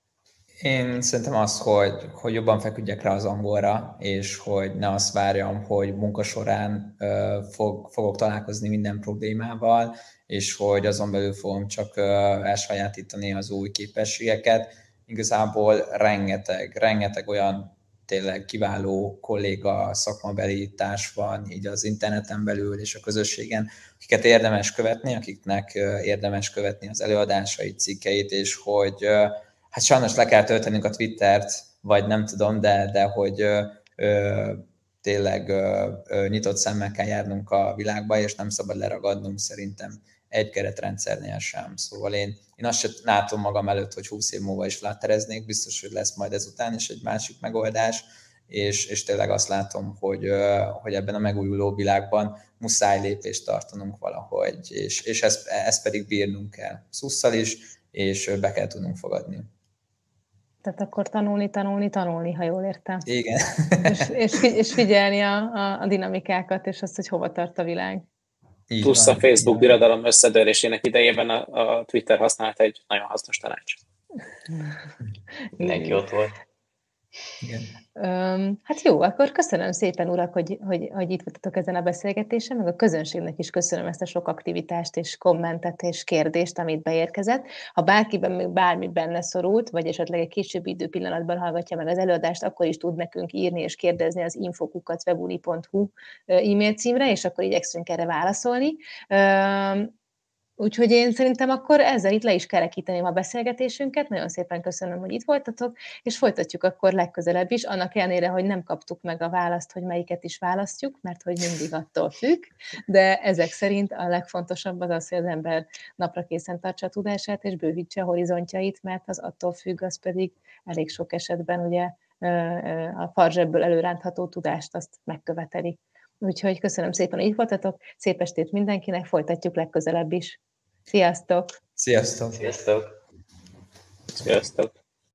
Én szerintem az, hogy, hogy jobban feküdjek rá az angolra, és hogy ne azt várjam, hogy munka során uh, fog, fogok találkozni minden problémával, és hogy azon belül fogom csak uh, elsajátítani az új képességeket. Igazából rengeteg, rengeteg olyan tényleg kiváló kolléga, szakmabeli társ van így az interneten belül és a közösségen, akiket érdemes követni, akiknek érdemes követni az előadásait, cikkeit, és hogy hát sajnos le kell töltenünk a Twittert, vagy nem tudom, de, de hogy ö, tényleg ö, ö, nyitott szemmel kell járnunk a világba, és nem szabad leragadnunk szerintem egy keretrendszernél sem. Szóval én, én azt sem látom magam előtt, hogy húsz év múlva is fluttereznék, biztos, hogy lesz majd ezután is egy másik megoldás, és, és tényleg azt látom, hogy, hogy ebben a megújuló világban muszáj lépést tartanunk valahogy, és, és ezt, ezt pedig bírnunk kell szusszal is, és be kell tudnunk fogadni.
Tehát akkor tanulni, tanulni, tanulni, ha jól értem.
Igen.
és, és, és figyelni a, a, a dinamikákat, és azt, hogy hova tart a világ.
Így plusz van, a Facebook birodalom összedörésének idejében a, a Twitter használat egy nagyon hasznos tanács.
Mindenki ott volt.
Igen. Um, hát jó, akkor köszönöm szépen, urak, hogy, hogy, hogy itt voltatok ezen a beszélgetésen, meg a közönségnek is köszönöm ezt a sok aktivitást és kommentet és kérdést, amit beérkezett. Ha bárkiben még bármi benne szorult, vagy esetleg egy későbbi időpillanatban hallgatja meg az előadást, akkor is tud nekünk írni és kérdezni az info kukac webuni pont hu e-mail címre, és akkor igyekszünk erre válaszolni. Um, Úgyhogy én szerintem akkor ezzel itt le is kerekíteném a beszélgetésünket. Nagyon szépen köszönöm, hogy itt voltatok, és folytatjuk akkor legközelebb is, annak ellenére, hogy nem kaptuk meg a választ, hogy melyiket is választjuk, mert hogy mindig attól függ, de ezek szerint a legfontosabb az az, hogy az ember napra készen tartsa a tudását, és bővítse a horizontjait, mert az attól függ, az pedig elég sok esetben ugye a farzsebből előrántható tudást azt megköveteli. Úgyhogy köszönöm szépen, hogy itt voltatok, szép estét mindenkinek, folytatjuk legközelebb is. Sziasztok!
Sziasztok!
Sziasztok!
Sziasztok!